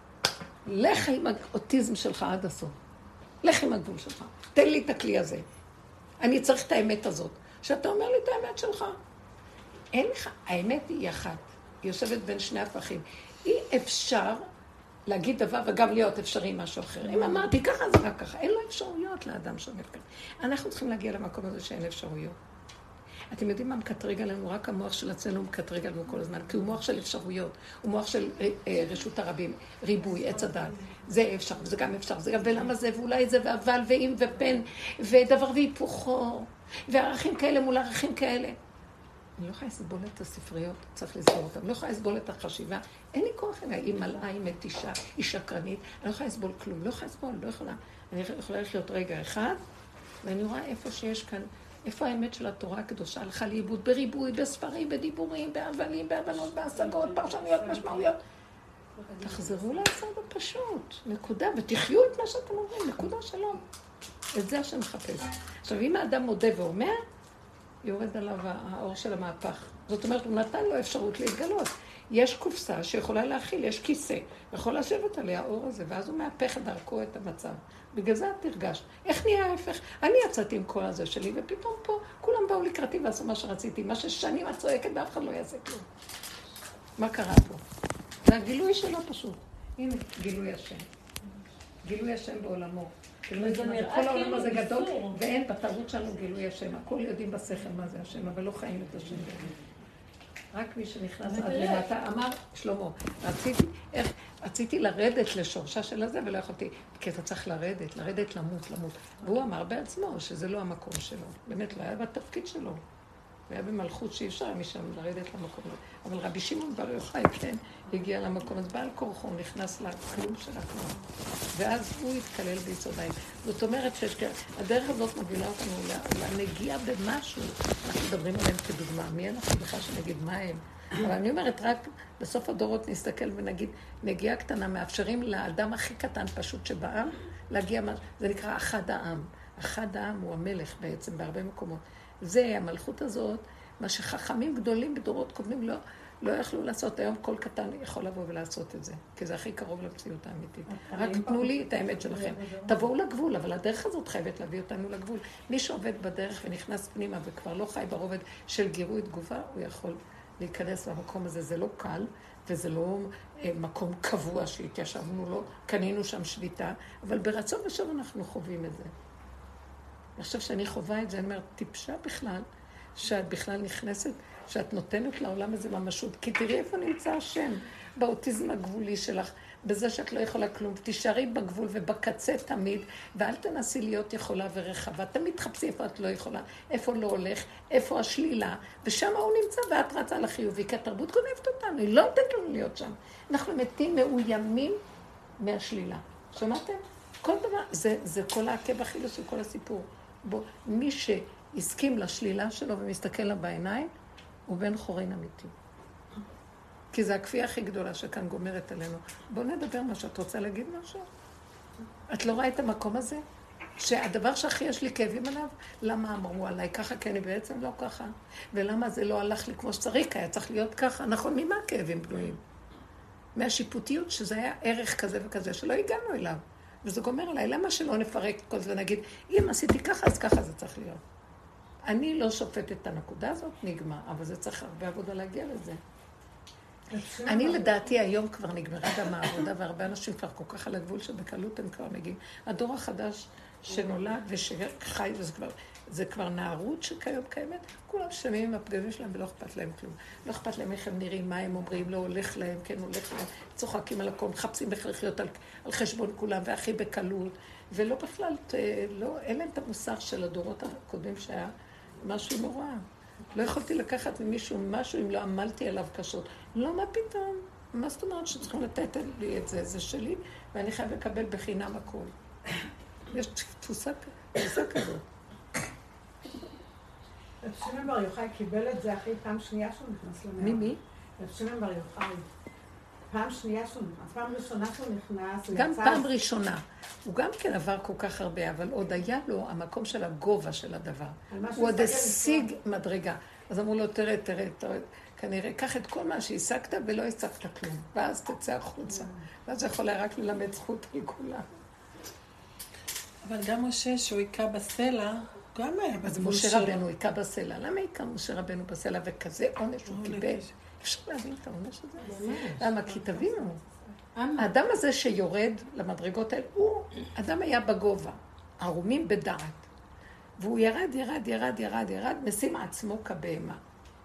לך עם האוטיזם שלך עד הסוף. לך עם הגבול שלך. תן לי את הכלי הזה. אני צריך את האמת הזאת. שאתה אומר לי את האמת שלך. אין לך... האמת היא אחת. היא יושבת בין שני הפכים. אי אפשר להגיד דבר וגם להיות אפשרי משהו אחר. אם אמרתי ככה, זה רק ככה. אין לו אפשרויות לאדם שעומד כאן. אנחנו צריכים להגיע למקום הזה שאין אפשרויות. אתם יודעים מה מקטרג עלינו? רק המוח של עצמנו מקטרג עלינו כל הזמן, כי הוא מוח של אפשרויות, הוא מוח של רשות הרבים, ריבוי, עץ הדעת. זה אפשר, זה גם אפשר, זה גם ולמה זה, ואולי זה, ואבל, ואם, ופן, ודבר והיפוכו, וערכים כאלה מול ערכים כאלה. אני לא יכולה לסבול את הספריות, צריך לסבור אותם. לא יכולה לסבול את החשיבה. אין לי כוח אליה, היא מלאה, היא מתישה, היא שקרנית. אני לא יכולה לסבול כלום, לא יכולה לסבול, לא יכולה. אני יכולה לחיות רגע אחד, ואני רואה איפה שיש כאן, איפה האמת של התורה הקדושה הלכה לאיבוד בריבוי, בספרים, בדיבורים, בהבלים, בהבנות, בהשגות, פרשנויות, משמעויות. תחזרו לעשות הפשוט, נקודה, ותחיו את מה שאתם אומרים, נקודה שלום. את זה השם מחפש. עכשיו, אם האדם מודה ואומר, יורד עליו האור של המהפך. זאת אומרת, הוא נתן לו אפשרות להתגלות. יש קופסה שיכולה להכיל, יש כיסא, יכול לשבת עליה האור הזה, ואז הוא מהפך דרכו את המצב. בגלל זה את תרגשת. איך נהיה ההפך? אני יצאתי עם כל הזה שלי, ופתאום פה כולם באו לקראתי ועשו מה שרציתי, מה ששנים את צועקת ואף אחד לא יעשה כלום. מה קרה פה? זה הגילוי שלו פשוט. הנה, גילוי השם. גילוי השם בעולמו. כל העולם הזה גדול, ואין בתרבות שלנו גילוי השם. הכל יודעים בשכל מה זה השם, אבל לא חיים את השם. רק מי שנכנס עד למטה, אמר שלמה, רציתי, איך, רציתי לרדת לשורשה של הזה ולא יכולתי, כי אתה צריך לרדת, לרדת למות, למות. והוא אמר בעצמו שזה לא המקום שלו, באמת לא היה בתפקיד שלו. הוא היה במלכות שאי אפשר משם לרדת למקום הזה. אבל רבי שמעון בר יוחאי, כן, הגיע למקום, אז בעל כורחו, הוא נכנס לכלום של הכלום. ואז הוא התקלל ביסודיים. זאת אומרת שהדרך הזאת מובילה אותנו לנגיעה במשהו. אנחנו מדברים עליהם כדוגמה. מי אנחנו בכלל שנגיד מה הם? אבל אני אומרת, רק בסוף הדורות נסתכל ונגיד, נגיעה קטנה, מאפשרים לאדם הכי קטן פשוט שבעם, להגיע, זה נקרא אחד העם. אחד העם הוא המלך בעצם בהרבה מקומות. זה המלכות הזאת, מה שחכמים גדולים בדורות קודמים לא, לא יכלו לעשות. היום כל קטן יכול לבוא ולעשות את זה, כי זה הכי קרוב למציאות האמיתית. רק תנו לי את האמת שלכם. תבואו לגבול, אבל הדרך הזאת חייבת להביא אותנו לגבול. מי שעובד בדרך ונכנס פנימה וכבר לא חי ברובד של גירוי תגובה, הוא יכול להיכנס למקום הזה. זה לא קל, וזה לא מקום קבוע שהתיישבנו לו, קנינו שם שביתה, אבל ברצון ושוב אנחנו חווים את זה. אני חושב שאני חווה את זה, אני אומרת, טיפשה בכלל, שאת בכלל נכנסת, שאת נותנת לעולם הזה ממשות, כי תראי איפה נמצא השם, באוטיזם הגבולי שלך, בזה שאת לא יכולה כלום. תישארי בגבול ובקצה תמיד, ואל תנסי להיות יכולה ורחבה. תמיד תחפשי איפה את לא יכולה, איפה לא הולך, איפה השלילה, ושם הוא נמצא ואת רצה לחיובי, כי התרבות גונבת אותנו, היא לא נותנת לנו להיות שם. אנחנו מתים מאוימים מהשלילה. שמעתם? כל דבר, זה, זה כל העקב החילוש של כל הסיפור. בו, מי שהסכים לשלילה שלו ומסתכל לה בעיניים, הוא בן חורין אמיתי. כי זה הכפייה הכי גדולה שכאן גומרת עלינו. בואו נדבר מה שאת רוצה להגיד משהו. את לא רואה את המקום הזה? שהדבר שהכי יש לי כאבים עליו, למה אמרו עליי ככה? כי אני בעצם לא ככה. ולמה זה לא הלך לי כמו שצריך, היה צריך להיות ככה. נכון, ממה הכאבים בנויים? מהשיפוטיות שזה היה ערך כזה וכזה, שלא הגענו אליו. וזה גומר עליי, למה שלא נפרק כל זה ונגיד, אם עשיתי ככה, אז ככה זה צריך להיות. אני לא שופטת את הנקודה הזאת, נגמר, אבל זה צריך הרבה עבודה להגיע לזה. אני לדעתי היום כבר נגמרה גם העבודה, והרבה אנשים כבר כל כך על הגבול שבקלות הם כבר מגיעים. הדור החדש שנולד ושחי, וזה כבר, זה כבר נערות שכיום קיימת, כולם שמים עם הפגמים שלהם ולא אכפת להם כלום. לא אכפת להם איך הם נראים, מה הם אומרים, לא הולך להם, כן הולך להם, צוחקים על הכל, מחפשים איך לחיות על, על חשבון כולם, והכי בקלות, ולא בכלל, לא, אין להם את המוסר של הדורות הקודמים שהיה משהו נורא. לא יכולתי לקחת ממישהו משהו אם לא עמלתי עליו קשות. לא, מה פתאום? מה זאת אומרת שצריכים לתת לי את זה? זה שלי, ואני חייב לקבל בחינם הכל. יש תפוסה כזאת. רב שמעון בר יוחאי קיבל את זה אחרי פעם שנייה שהוא נכנס למערה. מי מי? רב שמעון בר יוחאי. פעם שנייה שהוא נכנס, פעם ראשונה שהוא נכנס, גם פעם ראשונה. הוא גם כן עבר כל כך הרבה, אבל עוד היה לו המקום של הגובה של הדבר. הוא עוד השיג מדרגה. אז אמרו לו, תראה, תראה, תראה, כנראה, קח את כל מה שהשגת ולא השגת כלום. ואז תצא החוצה. ואז זה יכול היה רק ללמד זכות על כולם. אבל גם משה שהוא היכה בסלע, גם היה בגבול שלו. אז משה רבנו היכה בסלע. למה היכה משה רבנו בסלע וכזה עונש הוא קיבל? אפשר להבין את העונש הזה? למה? כי תבינו, האדם הזה שיורד למדרגות האלה, הוא, אדם היה בגובה, ערומים בדעת, והוא ירד, ירד, ירד, ירד, ירד, משים עצמו כבהמה.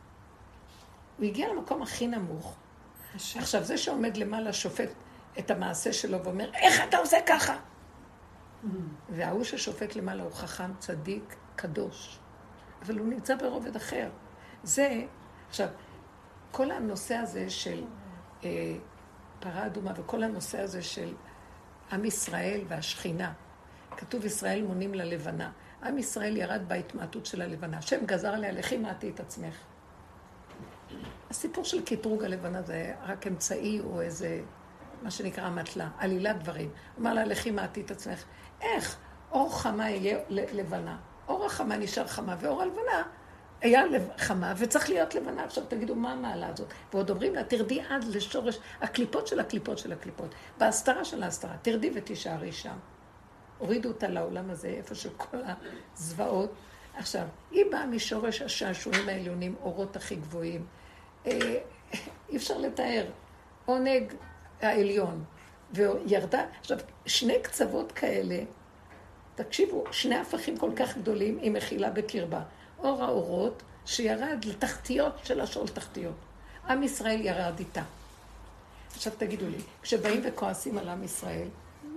הוא הגיע למקום הכי נמוך. עכשיו, זה שעומד למעלה שופט את המעשה שלו ואומר, איך אתה עושה ככה? וההוא ששופט למעלה הוא חכם, צדיק, קדוש, אבל הוא נמצא ברובד אחר. זה, עכשיו, כל הנושא הזה של אה, פרה אדומה וכל הנושא הזה של עם ישראל והשכינה, כתוב ישראל מונים ללבנה. עם ישראל ירד בהתמעטות של הלבנה. השם גזר עליה, לכי מעטי את עצמך. הסיפור של קטרוג הלבנה זה רק אמצעי או איזה, מה שנקרא מטלה, עלילת דברים. הוא אמר לה, לכי מעטי את עצמך. איך? אור חמה יהיה לבנה. אור החמה נשאר חמה, ואור הלבנה היה חמה, וצריך להיות לבנה. עכשיו תגידו, מה המעלה הזאת? ועוד אומרים לה, תרדי עד לשורש הקליפות של הקליפות של הקליפות. בהסתרה של ההסתרה, תרדי ותישארי שם. הורידו אותה לעולם הזה, איפה שכל הזוועות. עכשיו, היא באה משורש השעשועים העליונים, אורות הכי גבוהים. אה, אי אפשר לתאר. עונג העליון. וירדה, עכשיו, שני קצוות כאלה, תקשיבו, שני הפכים כל כך גדולים, היא מכילה בקרבה. אור האורות שירד לתחתיות של השאול תחתיות. עם ישראל ירד איתה. עכשיו תגידו לי, כשבאים וכועסים על עם ישראל,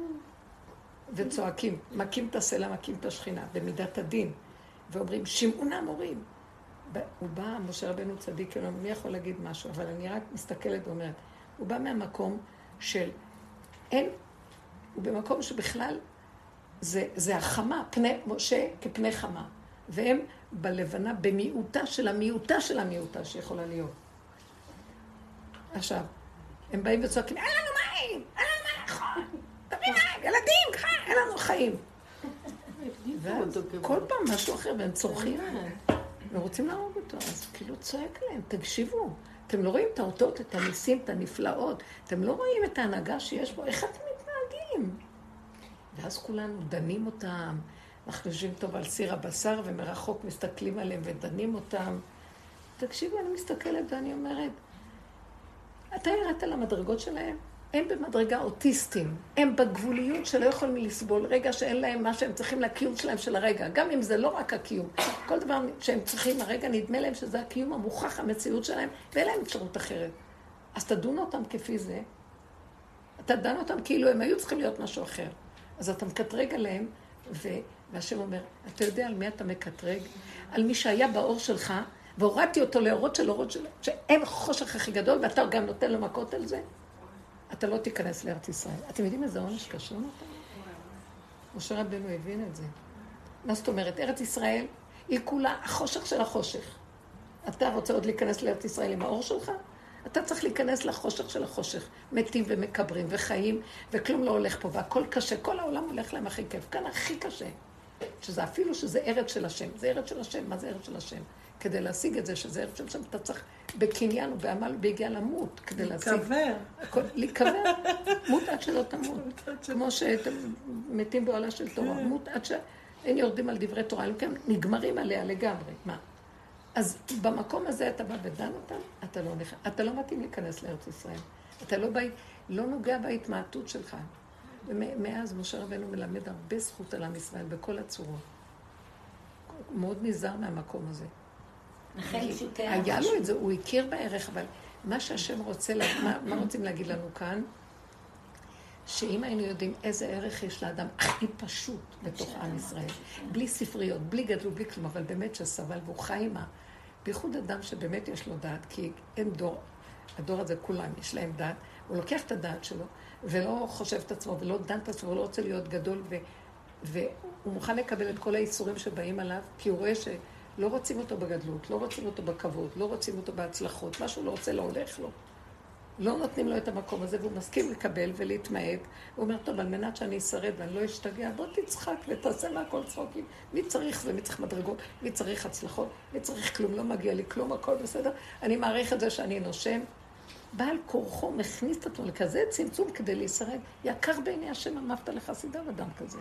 וצועקים, מכים את הסלע, מכים את השכינה, במידת הדין, ואומרים, שמעונה מורים. הוא בא, משה רבנו צדיק, מי יכול להגיד משהו, אבל אני רק מסתכלת ואומרת, הוא בא מהמקום של, אין, הוא במקום שבכלל, זה, זה החמה, פני משה כפני חמה, והם בלבנה, במיעוטה של המיעוטה של המיעוטה שיכולה להיות. עכשיו, הם באים וצועקים, אין לנו מים, אין לנו מה לאכול, תביא מים, ילדים, חיים, אין לנו חיים. ואז כל פעם משהו אחר, והם צורכים, ורוצים להרוג אותו, אז כאילו צועק להם, תקשיבו, אתם לא רואים את האותות, את הניסים, את הנפלאות, אתם לא רואים את ההנהגה שיש בו, איך אתם מתנהגים? ואז כולנו דנים אותם, אנחנו יושבים טוב על סיר הבשר, ומרחוק מסתכלים עליהם ודנים אותם. תקשיבו, אני מסתכלת ואני אומרת, אתה ירדת למדרגות שלהם? הם במדרגה אוטיסטים, הם בגבוליות שלא יכולים לסבול רגע שאין להם מה שהם צריכים לקיום שלהם של הרגע, גם אם זה לא רק הקיום, כל דבר שהם צריכים הרגע נדמה להם שזה הקיום המוכח, המציאות שלהם, ואין להם אפשרות אחרת. אז תדונו אותם כפי זה. אתה דן אותם כאילו הם היו צריכים להיות משהו אחר. אז אתה מקטרג עליהם, והשם אומר, אתה יודע על מי אתה מקטרג? על מי שהיה באור שלך, והורדתי אותו לאורות של אורות שלו, שאין חושך הכי גדול, ואתה גם נותן לו מכות על זה, אתה לא תיכנס לארץ ישראל. אתם יודעים איזה עונש קשה אותנו? משה רבנו הבין את זה. מה זאת אומרת? ארץ ישראל היא כולה החושך של החושך. אתה רוצה עוד להיכנס לארץ ישראל עם האור שלך? אתה צריך להיכנס לחושך של החושך. מתים ומקברים וחיים, וכלום לא הולך פה, והכל קשה. כל העולם הולך להם הכי כיף. כאן הכי קשה. שזה אפילו שזה ארץ של השם. זה ארץ של השם. מה זה ארץ של השם? כדי להשיג את זה, שזה ארץ של השם, אתה צריך בקניין ובעמל בהגיע למות, כדי להשיג. להיקבר. להיקבר. מות עד שלא תמות. כמו שאתם מתים בעולה של תורה. מות עד שאין יורדים על דברי תורה. הם נגמרים עליה לגמרי. מה? אז במקום הזה אתה בא ודן אותם, אתה לא, נכ... אתה לא מתאים להיכנס לארץ ישראל. אתה לא, בא... לא נוגע בהתמעטות שלך. ומאז משה רבנו מלמד הרבה זכות על עם ישראל בכל הצורות. מאוד נזהר מהמקום הזה. היה לו את זה, הוא הכיר בערך, אבל מה שהשם רוצה, לה... מה, מה רוצים להגיד לנו כאן? שאם היינו יודעים איזה ערך יש לאדם הכי פשוט בתוך עם ישראל, בלי ספריות, בלי גדלות, בלי כלום, אבל באמת שסבל והוא חי עמה, בייחוד אדם שבאמת יש לו דעת, כי אין דור, הדור הזה כולם יש להם דעת, הוא לוקח את הדעת שלו, ולא חושב את עצמו, ולא דן את עצמו, ולא רוצה להיות גדול, ו... והוא מוכן לקבל את כל האיסורים שבאים עליו, כי הוא רואה שלא רוצים אותו בגדלות, לא רוצים אותו בכבוד, לא רוצים אותו בהצלחות, מה שהוא לא רוצה לא הולך לו. לא נותנים לו את המקום הזה, והוא מסכים לקבל ולהתמעט. הוא אומר, טוב, על מנת שאני אשרד ואני לא אשתגע, בוא תצחק ותעשה מהכל צחוקים. מי צריך זה? מי צריך מדרגות? מי צריך הצלחות? מי צריך כלום? לא מגיע לי כלום, הכל בסדר. אני מעריך את זה שאני נושם. בעל כורחו מכניס את עצמו לכזה צמצום כדי להישרד. יקר בעיני השם, אמרת לחסידיו אדם כזה.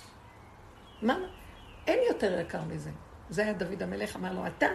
מה? אין יותר יקר מזה. זה היה דוד המלך, אמר לו, אתה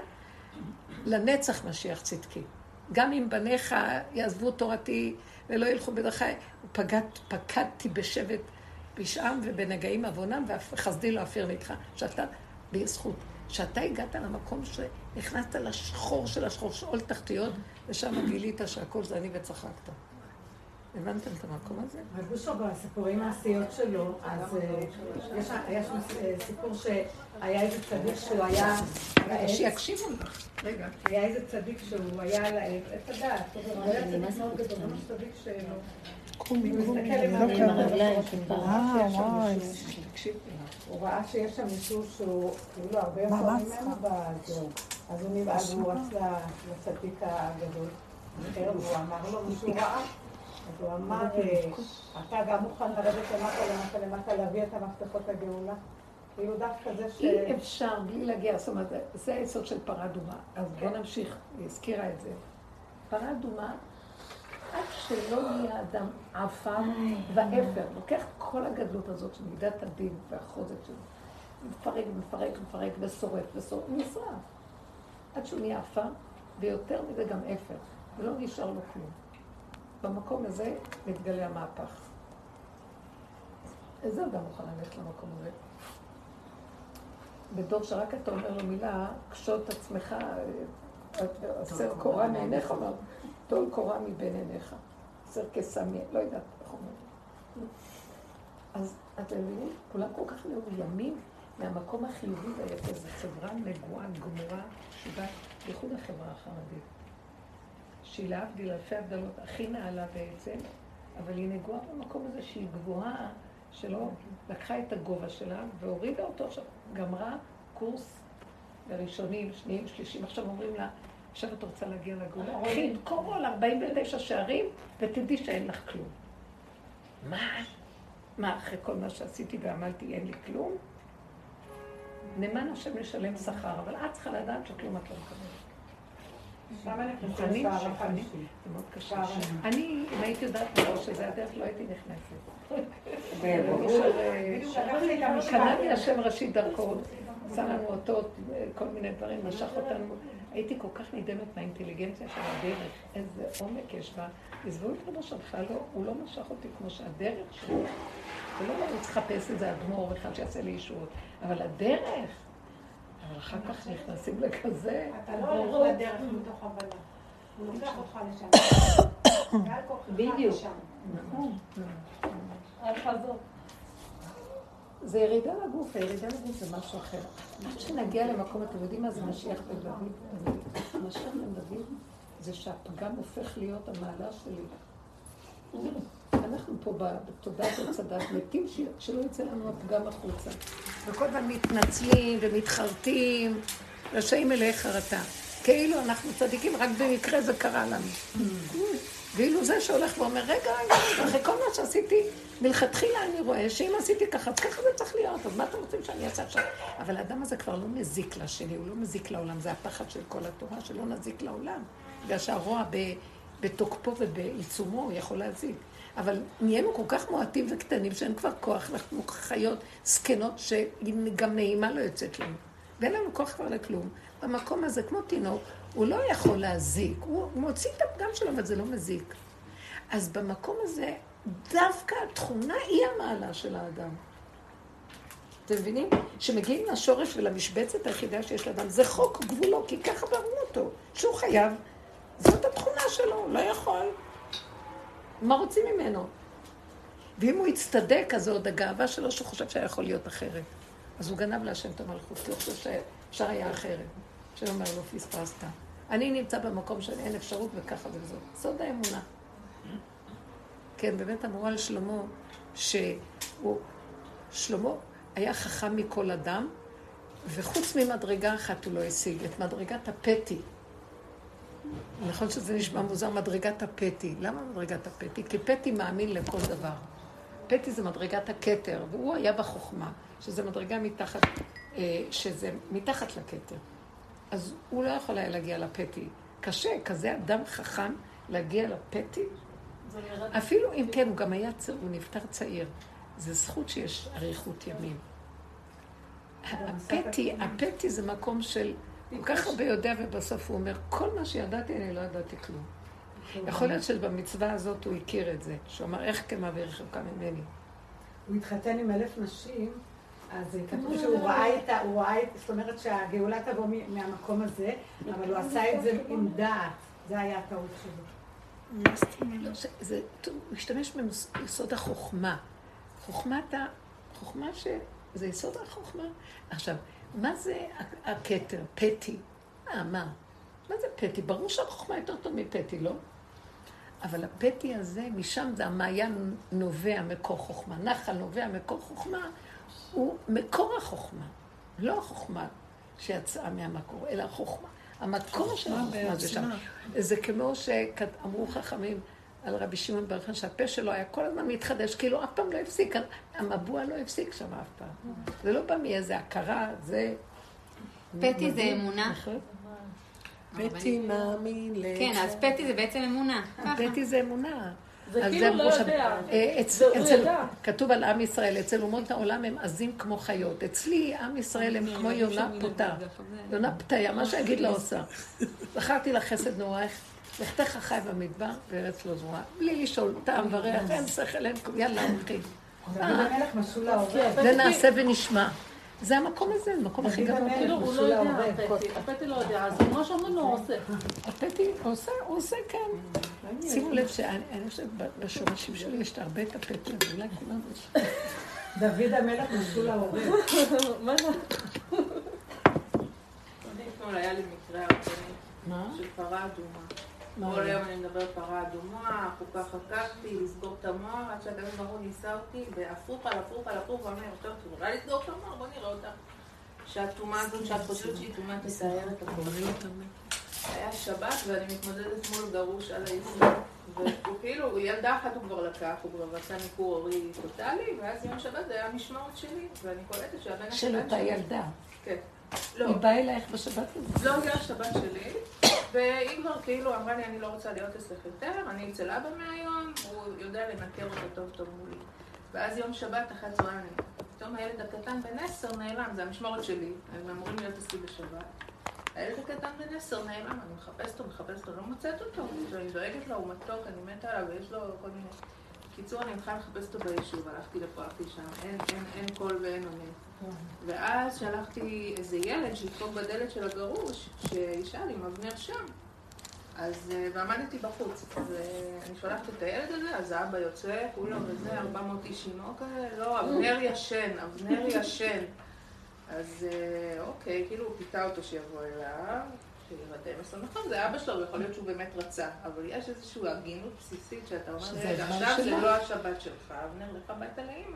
לנצח משיח צדקי. גם אם בניך יעזבו תורתי ולא ילכו בדרכי, פגעת, פקדתי בשבט פשעם ובנגעים עוונם, וחסדי לא אפיר נדחה. שאתה, בזכות, שאתה הגעת למקום שנכנסת לשחור של השחור, שאול תחתיות, ושם גילית שהכל זה אני וצחקת. הבנתם את המקום הזה? רבושו, בסיפורים העשיות שלו, אז יש שם סיפור שהיה איזה צדיק שהוא היה... שיקשיבו לך. רגע. היה איזה צדיק שהוא היה על העץ, את הדעת, הוא היה צדיק מאוד גדול, ממש צדיק שלו. הוא מסתכל עם הרגליים, אה, וואי. הוא ראה שיש שם מישהו שהוא כאילו הרבה יותר ממנו בזהו. אז הוא נבעל והוא רץ לצדיק הגדול. והוא אמר לו משהו רעה. אז הוא אמר, אתה גם מוכן לרדת למטה, למטה, למטה, להביא את המפתחות הגאולה? כאילו דווקא זה ש... אי אפשר בלי להגיע, זאת אומרת, זה היסוד של פרה אדומה. אז בוא נמשיך, היא הזכירה את זה. פרה אדומה, עד שלא יהיה אדם עפר ואפר, לוקח כל הגדלות הזאת של מידת הדין והחוזק שלו, מפרק ומפרק ומפרק ושורף ושורף, נשרף. עד שהוא נהיה עפר, ויותר מזה גם אפר, ולא נשאר לו כלום. במקום הזה מתגלה המהפך. איזה אדם מוכן ללכת למקום הזה? בדור שרק אתה אומר לו מילה, קשות עצמך, אסר קורה מעיניך, אומר, תול קורה מבין עיניך. אסר כסמי, לא יודעת איך אומר. אז אתם מבינים, כולם כל כך מאוימים מהמקום החיובי והיפה, זו חברה נגועה, גמורה, שבא, בייחוד החברה החרדית. שהיא להבדיל אלפי הבדלות הכי נעלה בעצם, אבל היא נגועה במקום הזה שהיא גבוהה, שלא לקחה את הגובה שלה והורידה אותו עכשיו, גמרה קורס לראשונים, שניים, שלישים, עכשיו אומרים לה, עכשיו את רוצה להגיע לגאולה, קחי את כל ארבעים ותשע שערים ותדעי שאין לך כלום. מה? מה, אחרי כל מה שעשיתי ועמלתי אין לי כלום? נאמן השם לשלם שכר, אבל את צריכה לדעת שכלום את לא מקבלת. מוכנים שפנים, זה מאוד קשה. אני, אם הייתי יודעת מראש שזה הדרך, לא הייתי נכנסת. קנה לי השם ראשית דרכו, עשה לנו אותות, כל מיני דברים, משך אותנו. הייתי כל כך נדמת מהאינטליגנציה של הדרך, איזה עומק יש בה. עזבו את רבו שלך, הוא לא משך אותי כמו שהדרך שלו. ולא לא צריך לחפש איזה אדמו"ר אחד שיעשה לי ישועות, אבל הדרך, אבל אחר כך נכנסים לכזה. אתה לא הולך לדרך מתוך הבנה. הוא לוקח אותך לשם. בדיוק. נכון. אל חזור. זה ירידה לגוף, הירידה לגוף זה משהו אחר. עד שנגיע למקום, אתם יודעים מה זה משיח בן דוד? משיח בן דוד זה שהפגם הופך להיות המעלה שלי. אנחנו פה בתודעת הצדת מתים שלא יצא לנו הפגם החוצה. וכל פעם מתנצלים ומתחרטים, רשאים אליי חרטה. כאילו אנחנו צדיקים, רק במקרה זה קרה לנו. ואילו זה שהולך ואומר, רגע, רגע, אחרי כל מה שעשיתי, מלכתחילה אני רואה שאם עשיתי ככה, אז ככה זה צריך להיות, אז מה אתם רוצים שאני אעשה עכשיו? אבל האדם הזה כבר לא מזיק לשני, הוא לא מזיק לעולם, זה הפחד של כל התורה, שלא נזיק לעולם. בגלל שהרוע בתוקפו ובעיצומו הוא יכול להזיק. אבל נהיינו כל כך מועטים וקטנים שאין כבר כוח, אנחנו חיות סקנות שגם נעימה לא יוצאת לנו. ואין לנו כוח כבר לכלום. במקום הזה, כמו תינוק, הוא לא יכול להזיק, הוא מוציא את הפגם שלו, אבל זה לא מזיק. אז במקום הזה, דווקא התכונה היא המעלה של האדם. אתם מבינים? שמגיעים לשורש ולמשבצת היחידה שיש לאדם, זה חוק גבולו, כי ככה בראו אותו, שהוא חייב, זאת התכונה שלו, לא יכול. מה רוצים ממנו? ואם הוא יצטדק, אז זה עוד הגאווה שלו, שהוא חושב שהיה יכול להיות אחרת. אז הוא גנב להשם את המלכות, כי הוא חושב שאפשר היה אחרת. שאומר לו, פספסת. אני נמצא במקום שאין אפשרות וככה וזאת. סוד האמונה. כן, באמת אמרו על שלמה, שהוא, שלמה היה חכם מכל אדם, וחוץ ממדרגה אחת הוא לא השיג, את מדרגת הפתי. נכון שזה נשמע מוזר, מדרגת הפתי. למה מדרגת הפתי? כי פתי מאמין לכל דבר. פתי זה מדרגת הכתר, והוא היה בחוכמה, שזה מדרגה מתחת, שזה מתחת לכתר. אז הוא לא יכול היה להגיע לפתי. קשה, כזה אדם חכם להגיע לפתי. אפילו אם כן, הוא גם היה צעיר, הוא נפטר צעיר. זה זכות שיש אריכות ימים. הפתי, הפתי זה מקום של, הוא כך הרבה יודע ובסוף הוא אומר, כל מה שידעתי, אני לא ידעתי כלום. יכול להיות שבמצווה הזאת הוא הכיר את זה, שהוא אמר, איך כמה ורחוקה ממני. הוא התחתן עם אלף נשים, אז כתוב שהוא ראה את ה... הוא ראה את... זאת אומרת שהגאולה תבוא מהמקום הזה, אבל הוא עשה את זה עם דעת. זה היה הטעות שלו. הוא השתמש ביסוד החוכמה. חוכמת ה... חוכמה ש... זה יסוד החוכמה. עכשיו, מה זה הכתר? פתי. מה, מה? מה זה פתי? ברור שהחוכמה יותר טוב מפתי, לא? אבל הפתי הזה, משם זה המעיין נובע מקור חוכמה. נחל נובע מקור חוכמה. הוא מקור החוכמה, לא החוכמה שיצאה מהמקור, אלא החוכמה. המקור של החוכמה זה שם. זה כמו שאמרו חכמים על רבי שמעון בר יוחאי, שהפה שלו היה כל הזמן מתחדש, כאילו אף פעם לא הפסיק, המבוע לא הפסיק שם אף פעם. זה לא בא מאיזה הכרה, זה... פתי זה אמונה. פתי מאמין ל... כן, אז פתי זה בעצם אמונה. פתי זה אמונה. זה כאילו לא יודע. כתוב על עם ישראל, אצל אומות העולם הם עזים כמו חיות. אצלי עם ישראל הם כמו יונה פותה. יונה פתיה, מה שאגיד לה עושה. זכרתי לך חסד נורייך, לכתך חי במדבר וארץ לא זרועה. בלי לשאול, טעם וריח, אין שכל, אין כלום, יאללה, הולכים. דוד המלך משול לעובד. זה נעשה ונשמע. זה המקום הזה, המקום הכי גדול. כאילו הוא לא יודע, הפתי, הפתי לא יודע, אז מה שאומרים לו הוא עושה. הפתי עושה, הוא עושה כן. שימו לב שאני חושבת, בשורשים שלי יש הרבה את הפתי, אולי כולם יש. דוד המלך משול לעובד. מה זה? אני אתמול היה לי מקרה הרצני של פרה אדומה. כל היום אני מדברת פרה אדומה, חוקה חקקתי, לסגור את המוח, עד שהקדוש ברוך הוא ניסה אותי, בהפוך על הפוך על הפוך, ואומר, יותר טוב, אולי לסגור את המוח, בוא נראה אותך. שהתאומה הזאת, שאת חושבת שהיא תאומה תסיירת הכל. היה שבת ואני מתמודדת מול גרוש על היסוד, והוא כאילו, ילדה אחת הוא כבר לקח, הוא כבר רצה ניכור הורי טוטלי, ואז יום שבת זה היה המשמעות שלי, ואני קולטת שהבן הקטן של אותה ילדה. כן. היא באה אלייך בשבת הזאת? לא, זה השבת שלי, והיא כבר כאילו אמרה לי, אני לא רוצה להיות אצלך יותר, אני אצל אבא מהיום, הוא יודע לנקר אותו טוב טוב מולי. ואז יום שבת, אחת צהריים, פתאום הילד הקטן בן עשר נעלם, זה המשמורת שלי, הם אמורים להיות אצלי בשבת. הילד הקטן בן עשר נעלם, אני מחפשת אותו, מחפשת אותו, לא מוצאת אותו, אני דואגת לו, הוא מתוק, אני מתה עליו, ויש לו כל מיני... קיצור, אני מתחילה לחפש אותו ביישוב, הלכתי לפרקתי שם, אין, אין, אין קול ואין עונה. ואז שלחתי איזה ילד שידפוק בדלת של הגרוש, שישאל אם אבנר שם. אז, ועמדתי בחוץ, ואני שולחת את הילד הזה, אז האבא יוצא, כולו וזה, ארבע מאות איש שינו כזה, לא, אבנר ישן, אבנר ישן. אז אוקיי, כאילו הוא פיתה אותו שיבוא אליו, שירדם עשרה, נכון, זה אבא שלו, ויכול להיות שהוא באמת רצה, אבל יש איזושהי הגינות בסיסית שאתה אומר, עכשיו זה לא השבת שלך, אבנר, לך הביתה לאמא.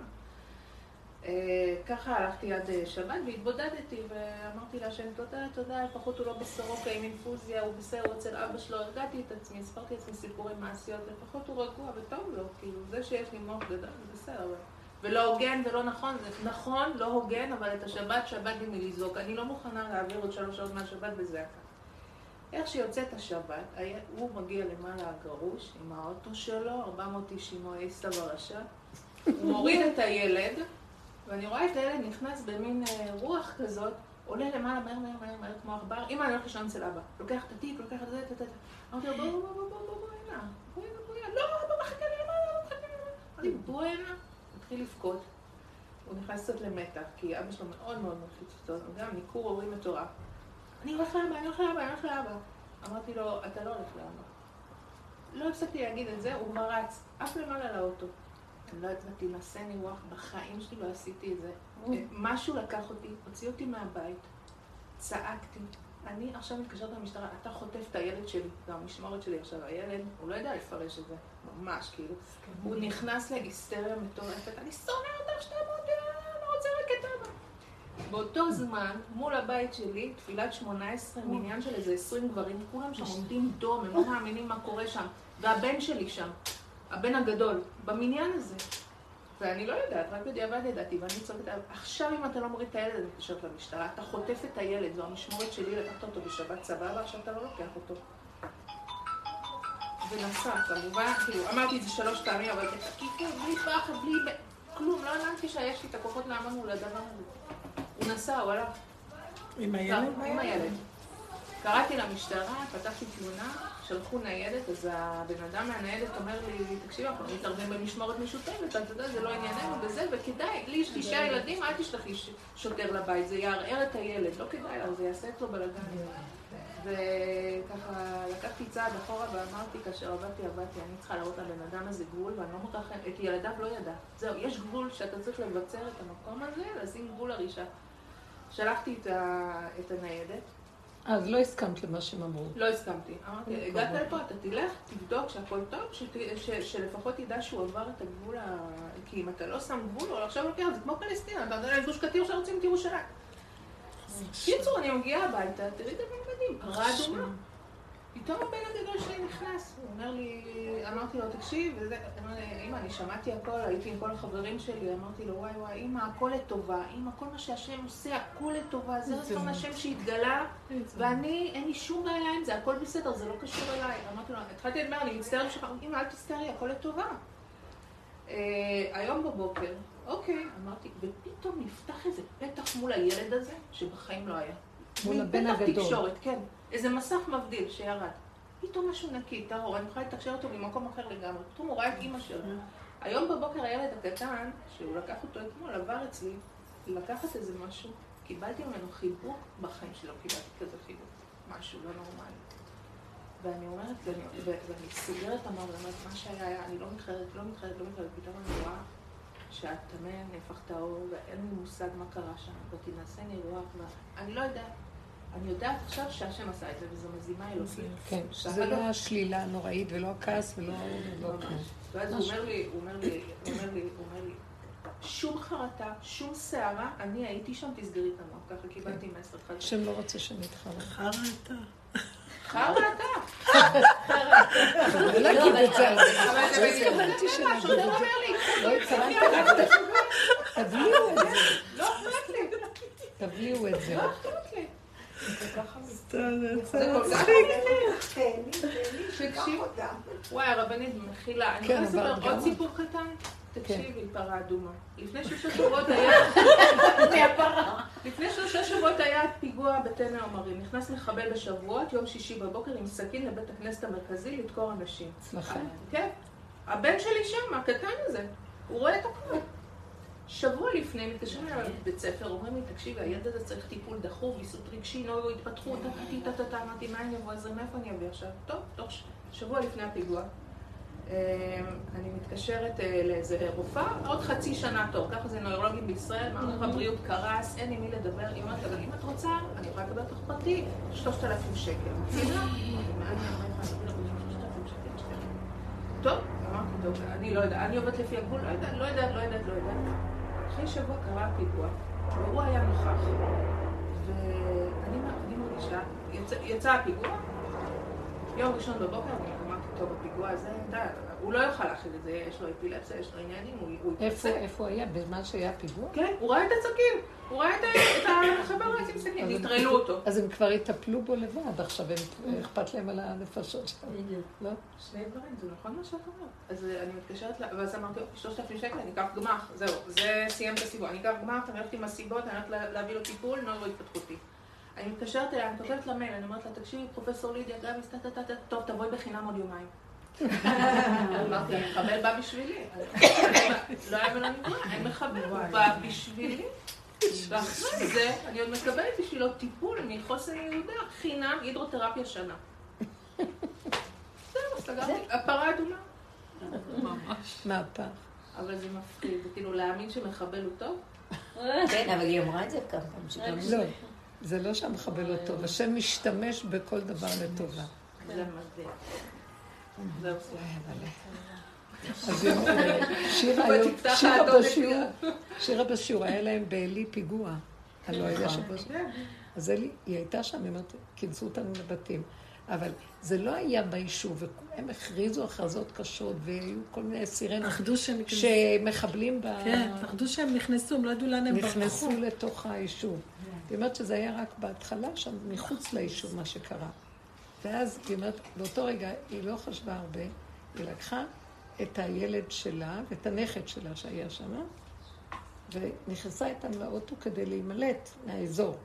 ככה הלכתי עד שבת והתבודדתי ואמרתי לה שאני תודה, תודה, לפחות הוא לא בסורוקה עם אינפוזיה, הוא בסדר, הוא אצל אבא שלו, הרגעתי את עצמי, הספרתי עצמי סיפורים מעשיות, לפחות הוא רגוע וטוב לו, כאילו זה שיש לי מוח גדול, זה בסדר, ולא הוגן ולא נכון, זה נכון, לא הוגן, אבל את השבת שבת לי מלזעוק, אני לא מוכנה להעביר עוד שלוש שעות מהשבת בזעקה. איך שיוצאת השבת, הוא מגיע למעלה הגרוש עם האוטו שלו, ארבע מאות איש עמו איסה ורשע, הוא מוריד את הילד, ואני רואה את הילד נכנס במין רוח כזאת, עולה למעלה מהר מהר מהר מהר כמו עכבר, אמא אני הולך לישון אצל אבא, לוקח את התיק, לוקח את זה, את זה, אמרתי לו בוא בוא בוא בוא בוא הנה, בוא הנה בוא הנה, לא אבא מחכה לי, אבא מחכה לי, אמרתי בוא הנה, התחיל לבכות, הוא נכנס קצת למתח, כי אבא שלו מאוד מאוד מלחיץ אותו, גם ניכור הורים מטורף, אני הולך לאבא, אני הולך לאבא, אני הולך לאבא, אמרתי לו אתה לא הולך לאבא, לא הפסקתי להגיד את זה, הוא מרץ, אף למעלה לאוטו. אני לא הצלחתי לעשה נירוח, בחיים שלי לא עשיתי את זה. משהו לקח אותי, הוציא אותי מהבית, צעקתי. אני עכשיו מתקשרת למשטרה, אתה חוטף את הילד שלי, זה המשמורת שלי עכשיו, הילד, הוא לא יודע לפרש את זה, ממש כאילו. הוא נכנס להיסטריה מטורפת, אני שונא אותך שאתה מודה, אני רוצה רק את אבא. באותו זמן, מול הבית שלי, תפילת שמונה עשרה, מניין של איזה עשרים גברים, כולם שם עומדים דום, הם לא מאמינים מה קורה שם, והבן שלי שם. הבן הגדול, במניין הזה. ואני לא יודעת, רק בדיעבד ידעתי, ואני צועקת, עכשיו אם אתה לא מוריד את הילד, אני מתקשרת למשטרה, אתה חוטף את הילד, זו המשמורת שלי, לקחת אותו בשבת סבבה, עכשיו אתה לא לוקח אותו. ונסע, כמובן, כאילו, אמרתי את זה שלוש פעמים, אבל בתקיפות, בלי פחד, בלי... כלום, לא אמרתי שיש לי את הכוחות לעמוד מול הדבר הזה. הוא נסע, הוא הלך. עם הילד? עם הילד. קראתי למשטרה, פתחתי תלונה, שלחו ניידת, אז הבן אדם מהניידת אומר לי, תקשיב, אנחנו מתערבים במשמורת משותפת, אתה יודע, זה לא ענייננו וזה, וכדאי, לי יש תשעה ילדים, אל תשלחי שוטר לבית, זה יערער את הילד, לא כדאי, אבל זה יעשה אצלו בלגן. וככה לקחתי צעד אחורה ואמרתי, כאשר עבדתי, עבדתי, אני צריכה לראות לבן אדם הזה גבול, ואני לא מוכרחה, את ילדיו לא ידע. זהו, יש גבול שאתה צריך לבצר את המקום הזה, לשים גבול הרישה. שלחתי את הניידת. אז לא הסכמת למה שהם אמרו. לא הסכמתי. אמרתי, הגעת לפה, אתה תלך, תבדוק שהכל טוב, שלפחות ידע שהוא עבר את הגבול, כי אם אתה לא שם גבול, או עכשיו לוקח, זה כמו פלסטינה, אתה יודע, גוש קטיף שרוצים את ירושלים. קיצור, אני מגיעה הביתה, תראי את הבן מדהים, פרה אדומה. פתאום הבן הגדול שלי נכנס, הוא אומר לי, אמרתי לו, תקשיב, וזה, אמא, אני שמעתי הכל, הייתי עם כל החברים שלי, אמרתי לו, וואי וואי, אמא, הכל לטובה, אמא, כל מה שהשם עושה, הכל לטובה, זה רצון השם שהתגלה, ואני, אין לי שום בעיה עם זה, הכל בסדר, זה לא קשור אליי. אמרתי לו, התחלתי לדבר, אני מצטערת שלך, אמא, אל תסתערי, הכל לטובה. היום בבוקר, אוקיי, אמרתי, ופתאום נפתח איזה פתח מול הילד הזה, שבחיים לא היה. מול הבן הגדול. פתח תקשורת, כן. איזה מסך מבדיל שירד. פתאום משהו נקי, טהור, אני יכולה לתקשר אותו ממקום אחר לגמרי. פתאום הוא ראה את אמא שלו. היום בבוקר הילד הקטן, שהוא לקח אותו אתמול, עבר אצלי, לקחת איזה משהו, קיבלתי ממנו חיבוק, בחיים שלו קיבלתי כזה חיבוק. משהו לא נורמלי. ואני אומרת, ואני סוגרת אמר, ואומרת, מה שהיה היה, אני לא מתחרדת, לא מתחרדת, לא מתחרדת, פתאום אני רואה שהטמא נהפך את האור, ואין לי מושג מה קרה שם, ותנסה נרוח, ואני לא יודעת. אני יודעת עכשיו שהשם עשה את זה, וזו מזימה אלוקית. כן, שזה לא השלילה הנוראית, ולא הכעס, ולא... ואז הוא אומר לי, הוא אומר לי, הוא אומר לי, הוא אומר לי, שום חרטה, שום שערה, אני הייתי שם, תסגרי את המוח, ככה קיבלתי מסר חד. השם לא רוצה שנתחרט. חרטה. חרטה. לא להגיד את זה, אבל לא התכוונתי שנגיד את זה. לא התכוונתי רק תבליעו את זה. לא אכפת לי. תבליעו את זה. לא אכפת לי. זה כל כך תקשיב, וואי, הרבנית מחילה, אני יכולה לספר עוד סיפור קטן? תקשיבי, פרה אדומה. לפני שלושה שבועות היה... לפני שלושה שבועות היה פיגוע בתנא עומרים. נכנס מחבל בשבועות, יום שישי בבוקר עם סכין לבית הכנסת המרכזי לדקור אנשים. סליחה. כן. הבן שלי שם, הקטן הזה. הוא רואה את הכל. שבוע לפני, מתקשרים אליי בבית ספר, אומרים לי, תקשיבי, הילד הזה צריך טיפול דחוף, ויסות רגשי, נוירו, התפתחות, טה-טה-טה-טה, אמרתי, מה אני אבוא, אז מאיפה אני אביא עכשיו? טוב, תוך שבוע לפני הפיגוע. אני מתקשרת לאיזה רופאה, עוד חצי שנה טוב, ככה זה נוירולוגים בישראל, מערך הבריאות קרס, אין עם מי לדבר, היא אומרת, אבל אם את רוצה, אני יכולה לקבל אותך פרטי, שלושת אלפים שקל. תהילה, טוב, אמרתי, טוב, אני לא יודעת, אני עובדת לפי הגבול, לא יודעת, לא יודעת, לא יודעת, לא יודעת. אחרי שבוע קרה הפיגוע, והוא היה נוכח, ואני מרגישה, יצא הפיגוע, יום ראשון בבוקר, אני אמרתי, טוב, הפיגוע הזה, הוא לא יוכל להכיל את זה, יש לו אפילפסיה, יש לו עניינים, הוא יתפצע. איפה הוא היה? בזמן שהיה פיגוע? כן, הוא ראה את הסכין, הוא ראה את החבר רצים סכין, נטרלו אותו. אז הם כבר יטפלו בו לבד, עכשיו הם אכפת להם על הנפשות שלהם. לא? שני דברים, זה נכון מה שאת אומרת. אז אני מתקשרת, ואז אמרתי, אוקיי, שלושת אלפים שקל, אני אקח גמח, זהו, זה סיים את הסיבות. אני אקח גמח, אני הולכת עם הסיבות, אני הולכת להביא לו טיפול, נוירו התפתחותי. אני מתקשרת אליה, אני כותבת למייל, אני אומרת לה, תקשיבי, פרופסור לידיה, גבי, סטטטטט, טוב, תבואי בחינם עוד יומיים. אמרתי, המחבל בא בשבילי. לא היה ולא נברא, אין מחבל, הוא בא בשבילי. ואחרי זה, אני עוד מקבלת בשבילו טיפול מחוסן יהודה, חינם, הידרותרפיה שנה. זהו, סגרתי, הפרה אדומה. ממש. מהפך. אבל זה מפחיד, זה כאילו להאמין שמחבל הוא טוב. כן, אבל היא אמרה את זה כמה פעמים. לא, זה לא שהמחבל הוא טוב, השם משתמש בכל דבר לטובה. זה מדהים. זהו, אז שירה בשיעור, שירה בשיעור, היה להם בעלי פיגוע, אני לא יודע שבו שם. אז היא הייתה שם, כינסו אותנו לבתים, אבל זה לא היה ביישוב, והם הכריזו הכרזות קשות, והיו כל מיני סירנות שמחבלים ב... כן, פחדו שהם נכנסו, הם לא ידעו לאן הם ברחו. נכנסו לתוך היישוב. היא אומרת שזה היה רק בהתחלה, שם מחוץ ליישוב מה שקרה. ואז היא אומרת, באותו רגע היא לא חשבה הרבה, היא לקחה את הילד שלה ואת הנכד שלה שהיה שם, ונכנסה איתם לאוטו כדי להימלט מהאזור.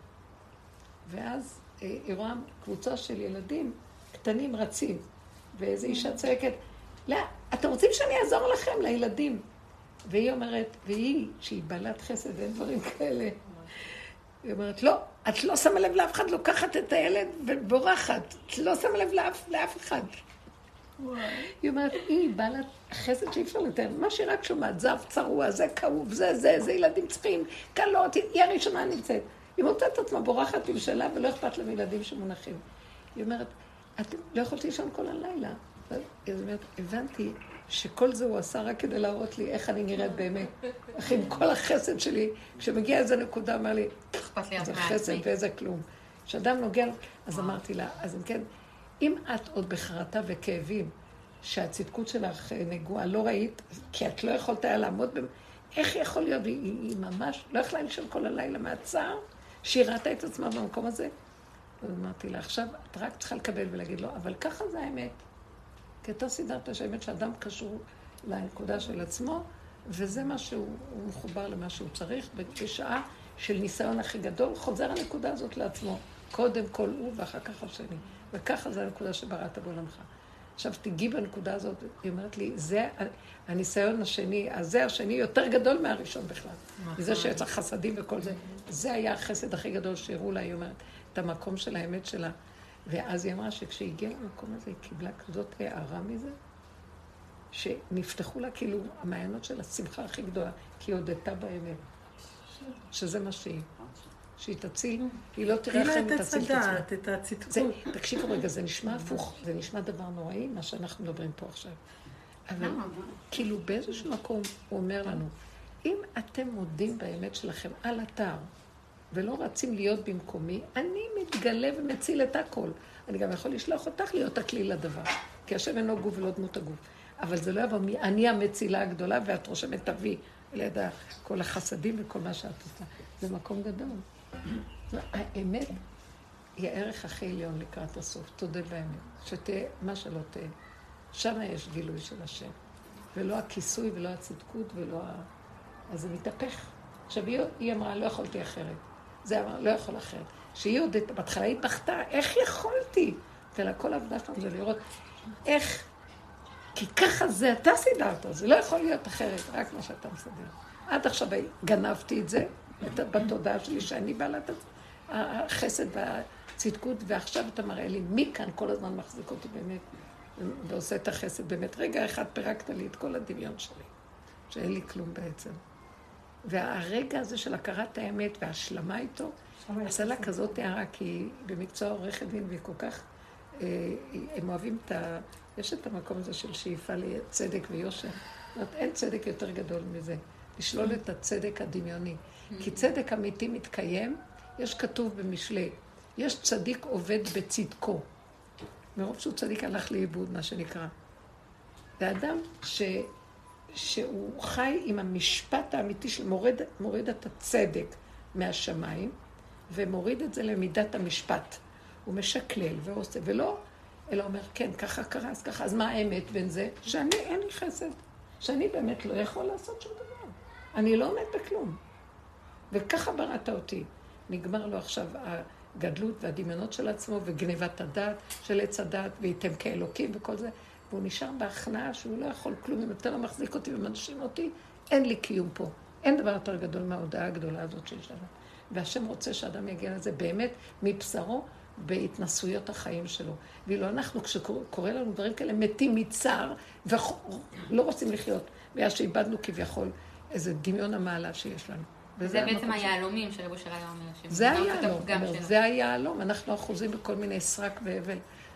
ואז היא רואה קבוצה של ילדים קטנים רצים, ואיזו אישה צועקת, לא, אתם רוצים שאני אעזור לכם, לילדים? והיא אומרת, והיא, שהיא בעלת חסד ואין דברים כאלה, היא אומרת, לא, את לא שמה לב לאף אחד, לוקחת את הילד ובורחת, את לא שמה לב לאף, לאף אחד. היא אומרת, היא בעלת חסד שאי אפשר לתאר, מה שהיא רק שומעת, זה צרוע, זה כאוב, זה, זה, זה ילדים צריכים, קלות, היא הראשונה נמצאת. היא מוצאת את עצמה בורחת עם שלה ולא אכפת לה מילדים שמונחים. היא אומרת, את לא יכולתי לישון כל הלילה. היא אומרת, הבנתי שכל זה הוא עשה רק כדי להראות לי איך אני נראית באמת. אך עם כל החסד שלי, כשמגיע איזה נקודה, אמר לי, זה חסד ואיזה כלום. כשאדם נוגע, אז אמרתי לה, אז אם כן, אם את עוד בחרטה וכאבים, שהצדקות שלך נגועה, לא ראית, כי את לא יכולת היה לעמוד, איך יכול להיות? היא, היא ממש לא יכלה לישון כל הלילה מהצער, שהיא ראתה את עצמה במקום הזה. אז אמרתי לה, עכשיו את רק צריכה לקבל ולהגיד לו, אבל ככה זה האמת. כי אתה סידרת שהאמת שאדם קשור לנקודה של עצמו, וזה מה שהוא מחובר למה שהוא צריך, בשעה של ניסיון הכי גדול, חוזר הנקודה הזאת לעצמו. קודם כל הוא ואחר כך השני. וככה זה הנקודה שבראת בעולמך. עכשיו תגיעי בנקודה הזאת, היא אומרת לי, זה הניסיון השני, הזה השני יותר גדול מהראשון בכלל. מזה שיצא חסדים וכל זה. זה היה החסד הכי גדול שהראו לה, היא אומרת, את המקום של האמת שלה. ואז היא אמרה שכשהיא הגיעה למקום הזה, היא קיבלה כזאת הערה מזה, שנפתחו לה כאילו המעיינות של השמחה הכי גדולה, כי היא הודתה באמת. שזה מה שהיא. שהיא תציל, היא לא תראה לכם את תציל את עצמה. את הצדקות. תקשיבו רגע, זה נשמע הפוך, זה נשמע דבר נוראי, מה שאנחנו מדברים פה עכשיו. אבל כאילו באיזשהו מקום הוא אומר לנו, אם אתם מודים באמת שלכם על אתר, ולא רצים להיות במקומי, אני מתגלה ומציל את הכל. אני גם יכול לשלוח אותך להיות הכליל לדבר, כי השם אינו גוף ולא דמות הגוף. אבל זה לא יבוא מי, אני המצילה הגדולה, ואת רושמת אבי, לידע כל החסדים וכל מה שאת עושה. זה מקום גדול. האמת היא הערך הכי עליון לקראת הסוף, תודה באמת, שתהיה מה שלא תהיה. שם יש גילוי של השם, ולא הכיסוי ולא הצדקות ולא ה... אז זה מתהפך. עכשיו היא, היא אמרה, לא יכולתי אחרת. זה אמרה, לא יכול אחרת. שהיא עוד, בהתחלה היא בכתה, איך יכולתי? תראה, כל העבודה שלנו זה לראות איך, כי ככה זה אתה סידרת, זה לא יכול להיות אחרת, רק מה שאתה מסדר. עד עכשיו גנבתי את זה, בתודעה שלי שאני בעלת החסד והצדקות, ועכשיו אתה מראה לי מי כאן כל הזמן מחזיק אותי באמת, ועושה את החסד באמת. רגע אחד פירקת לי את כל הדמיון שלי, שאין לי כלום בעצם. והרגע הזה של הכרת האמת וההשלמה איתו, עשה לה כזאת הערה, כי במקצוע עורכת דין, והיא כל כך, הם אוהבים את ה... יש את המקום הזה של שאיפה לצדק ויושר. זאת אומרת, אין צדק יותר גדול מזה. לשלול את הצדק הדמיוני. כי צדק אמיתי מתקיים, יש כתוב במשלי, יש צדיק עובד בצדקו. מרוב שהוא צדיק הלך לאיבוד, מה שנקרא. ואדם ש... שהוא חי עם המשפט האמיתי של מוריד, מוריד את הצדק מהשמיים, ומוריד את זה למידת המשפט. הוא משקלל ועושה, ולא, אלא אומר, כן, ככה קרה, אז ככה, אז מה האמת בין זה? שאני, אין לי חסד. שאני באמת לא יכול לעשות שום דבר. אני לא עומד בכלום. וככה בראת אותי. נגמר לו עכשיו הגדלות והדמיונות של עצמו, וגניבת הדעת של עץ הדעת, וייתם כאלוקים וכל זה. והוא נשאר בהכנעה שהוא לא יכול כלום, אם אתה לא מחזיק אותי ומנשים אותי, אין לי קיום פה. אין דבר יותר גדול מההודעה הגדולה הזאת שיש לנו. והשם רוצה שאדם יגיע לזה באמת מבשרו בהתנסויות החיים שלו. ואילו אנחנו, כשקורא לנו דברים כאלה, מתים מצער ולא רוצים לחיות. והיה שאיבדנו כביכול איזה דמיון המעלה שיש לנו. וזה בעצם היעלומים של רבו של היום. זה היעלום, זה היעלום. אנחנו אחוזים בכל מיני סרק והבל.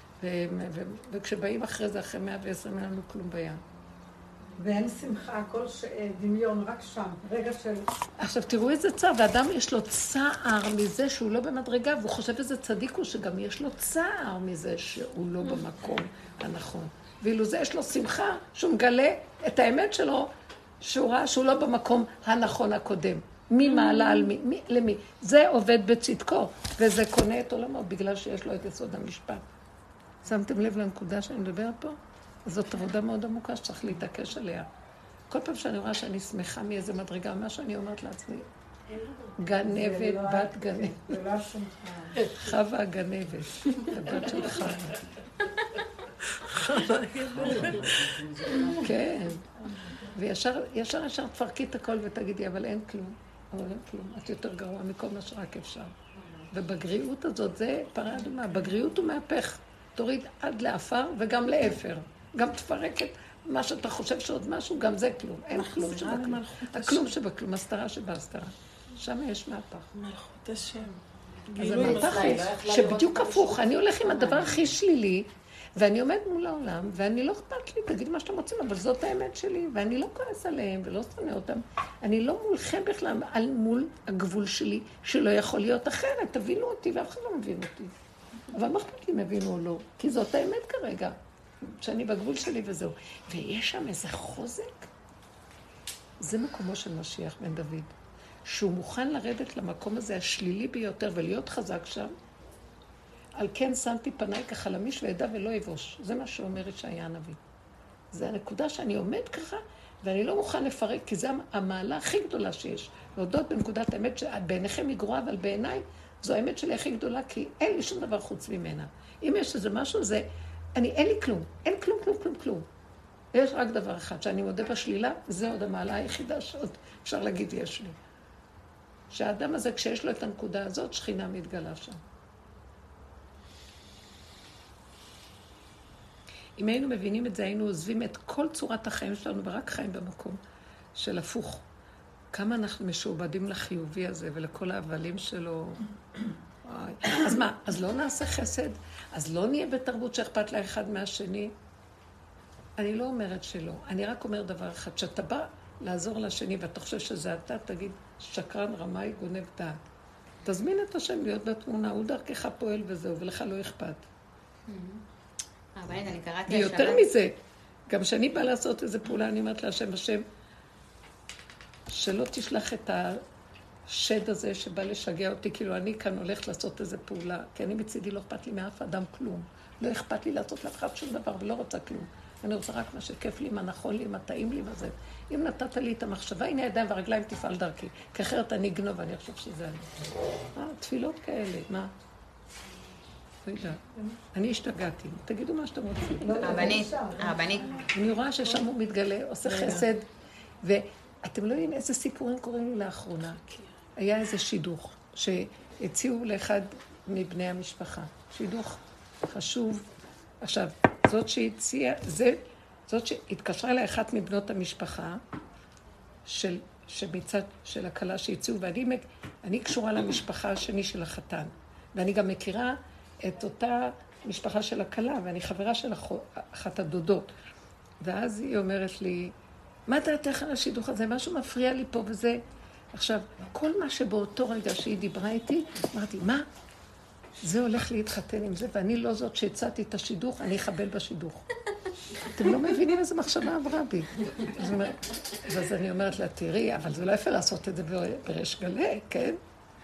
וכשבאים אחרי זה, אחרי מאה ועשרים, אין לנו כלום בים. ואין שמחה, הכל דמיון, רק שם, רגע של... עכשיו, תראו איזה צער, ואדם יש לו צער מזה שהוא לא במדרגה, והוא חושב איזה צדיק הוא שגם יש לו צער מזה שהוא לא במקום הנכון. ואילו זה יש לו שמחה שהוא מגלה את האמת שלו, שהוא ראה שהוא לא במקום הנכון הקודם. מי מעלה על מי, מי למי. זה עובד בצדקו, וזה קונה את עולמו בגלל שיש לו את יסוד המשפט. שמתם לב לנקודה שאני מדברת פה? זאת עבודה מאוד עמוקה שצריך להתעקש עליה. כל פעם שאני רואה שאני שמחה מאיזה מדרגה, מה שאני אומרת לעצמי, גנבת, בת גנבת. זה לא שמחה. חווה הגנבת, הבת של חווה. חווה הגנבת. כן. וישר ישר תפרקי את הכל ותגידי, אבל אין כלום. אבל אין כלום. את יותר גרוע מכל מה שרק אפשר. ובגריעות הזאת, זה פרה אדומה. בגריעות הוא מהפך. תוריד עד לאפר וגם לאפר. גם תפרק את מה שאתה חושב שעוד משהו, גם זה כלום. אין כלום שבכלום. הכלום שבכלום, הסתרה שבהסתרה. שם יש מהפך. מלכות השם. אז המהפך הוא שבדיוק הפוך. אני הולך עם הדבר הכי שלילי, ואני עומד מול העולם, ואני לא אכפת לי, תגיד מה שאתם רוצים, אבל זאת האמת שלי, ואני לא כועס עליהם ולא שונא אותם. אני לא מולכם בכלל, על מול הגבול שלי, שלא יכול להיות אחרת. תבינו אותי, ואף אחד לא מבין אותי. אבל מה אכפת לי אם הבינו או לא? כי זאת האמת כרגע, שאני בגבול שלי וזהו. ויש שם איזה חוזק. זה מקומו של משיח בן דוד, שהוא מוכן לרדת למקום הזה השלילי ביותר ולהיות חזק שם. על כן שמתי פניי כחלמיש ועדה ולא יבוש. זה מה שאומר ישעיה הנביא. זה הנקודה שאני עומד ככה, ואני לא מוכן לפרק, כי זה המעלה הכי גדולה שיש. להודות בנקודת האמת שבעיניכם היא גרועה, אבל בעיניי זו האמת שלי הכי גדולה, כי אין לי שום דבר חוץ ממנה. אם יש איזה משהו, זה... אני, אין לי כלום. אין כלום, כלום, כלום, כלום. יש רק דבר אחד, שאני מודה בשלילה, זה עוד המעלה היחידה שעוד אפשר להגיד יש לי. שהאדם הזה, כשיש לו את הנקודה הזאת, שכינה מתגלה שם. אם היינו מבינים את זה, היינו עוזבים את כל צורת החיים שלנו, ורק חיים במקום של הפוך. כמה אנחנו משועבדים לחיובי הזה ולכל ההבלים שלו. אז מה? אז לא נעשה חסד? אז לא נהיה בתרבות שאכפת לה אחד מהשני? אני לא אומרת שלא. אני רק אומר דבר אחד. שאתה בא לעזור לשני ואתה חושב שזה אתה, תגיד, שקרן, רמאי, גונב דעת. תזמין את השם להיות בתמונה, הוא דרכך פועל וזהו, ולך לא אכפת. ויותר מזה, גם כשאני באה לעשות איזו פעולה, אני אומרת להשם, השם, שלא תשלח את השד הזה שבא לשגע אותי, כאילו אני כאן הולכת לעשות איזו פעולה, כי אני מצידי לא אכפת לי מאף אדם כלום. לא אכפת לי לעשות לאף אחד שום דבר ולא רוצה כלום. אני רוצה רק מה שכיף לי, מה נכון לי, מה טעים לי, מה זה. אם נתת לי את המחשבה, הנה הידיים והרגליים תפעל דרכי, כי אחרת אני אגנוב ואני חושב שזה אני. אה, תפילות כאלה, מה? לא יודע. אני השתגעתי. תגידו מה שאתם רוצים. הרבנית, הרבנית. אני רואה ששם הוא מתגלה, עושה חסד, אתם לא יודעים איזה סיפורים קוראים לי לאחרונה. היה איזה שידוך שהציעו לאחד מבני המשפחה. שידוך חשוב. עכשיו, זאת שהציעה, זה, זאת שהתקשרה אליי אחת מבנות המשפחה של, שמצד של הכלה שהציעו, ואני אני קשורה למשפחה השני של החתן. ואני גם מכירה את אותה משפחה של הכלה, ואני חברה של אחת הדודות. ואז היא אומרת לי, מה דעתך על השידוך הזה? משהו מפריע לי פה וזה. עכשיו, כל מה שבאותו רגע שהיא דיברה איתי, אמרתי, מה? זה הולך להתחתן עם זה, ואני לא זאת שהצעתי את השידוך, אני אחבל בשידוך. אתם לא מבינים איזה מחשבה עברה בי. אז אני אומרת לה, תראי, אבל זה לא יפה לעשות את זה בריש גלי, כן?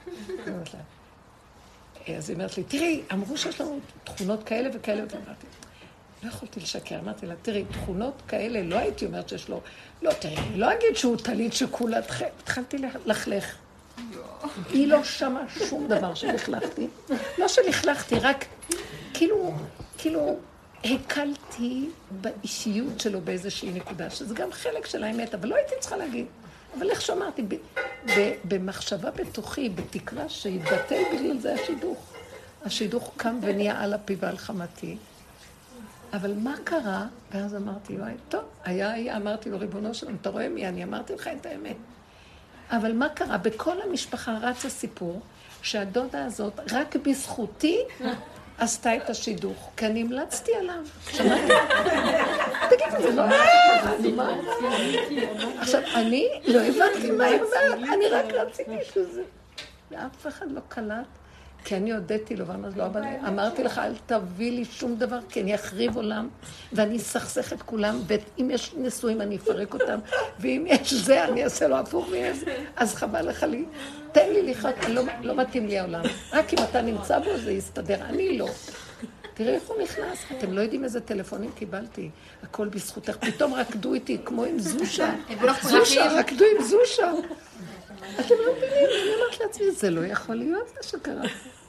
אז היא אומרת לי, תראי, אמרו שיש לנו תכונות כאלה וכאלה, ואמרתי, לא יכולתי לשקר, אמרתי לה, תראי, תכונות כאלה, לא הייתי אומרת שיש לו, לא, תראי, לא אגיד שהוא טלית שכולתכם, התחלתי לחלך. היא לא שמה שום דבר שלכלכתי, לא שלכלכתי, רק כאילו, כאילו, הקלתי באישיות שלו באיזושהי נקודה, שזה גם חלק של האמת, אבל לא הייתי צריכה להגיד. אבל איך שאמרתי, במחשבה בתוכי, בתקווה שהתבטל בגלל זה השידוך. השידוך קם ונהיה על אפי ועל חמתי. אבל מה קרה? ואז אמרתי, וואי, טוב, היה, היה, אמרתי לו, ריבונו שלום, אתה רואה מי? אני אמרתי לך את האמת. אבל מה קרה? בכל המשפחה רץ הסיפור שהדודה הזאת, רק בזכותי, עשתה את השידוך, כי אני המלצתי עליו. שמעתי? תגידי, זה לא מה? עכשיו, אני לא הבנתי מה היא אומרת, אני רק רציתי שזה. ואף אחד לא קלט, כי אני הודיתי לו, ואמרתי לו, אמרתי לך, אל תביא לי שום דבר, כי אני אחריב עולם, ואני אסכסך את כולם, ואם יש נישואים אני אפרק אותם, ואם יש זה, אני אעשה לו הפוך מזה, אז חבל לך לי. תן לי לחיות, לא מתאים לי העולם. רק אם אתה נמצא בו, זה יסתדר. אני לא. תראי איך הוא נכנס. אתם לא יודעים איזה טלפונים קיבלתי. הכל בזכותך. פתאום רקדו איתי כמו עם זושה. זושה, רקדו עם זושה. אתם לא מבינים, אני אומרת לעצמי, זה לא יכול להיות מה שקרה.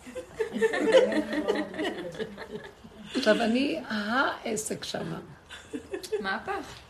עכשיו, אני העסק שמה. מה הפך?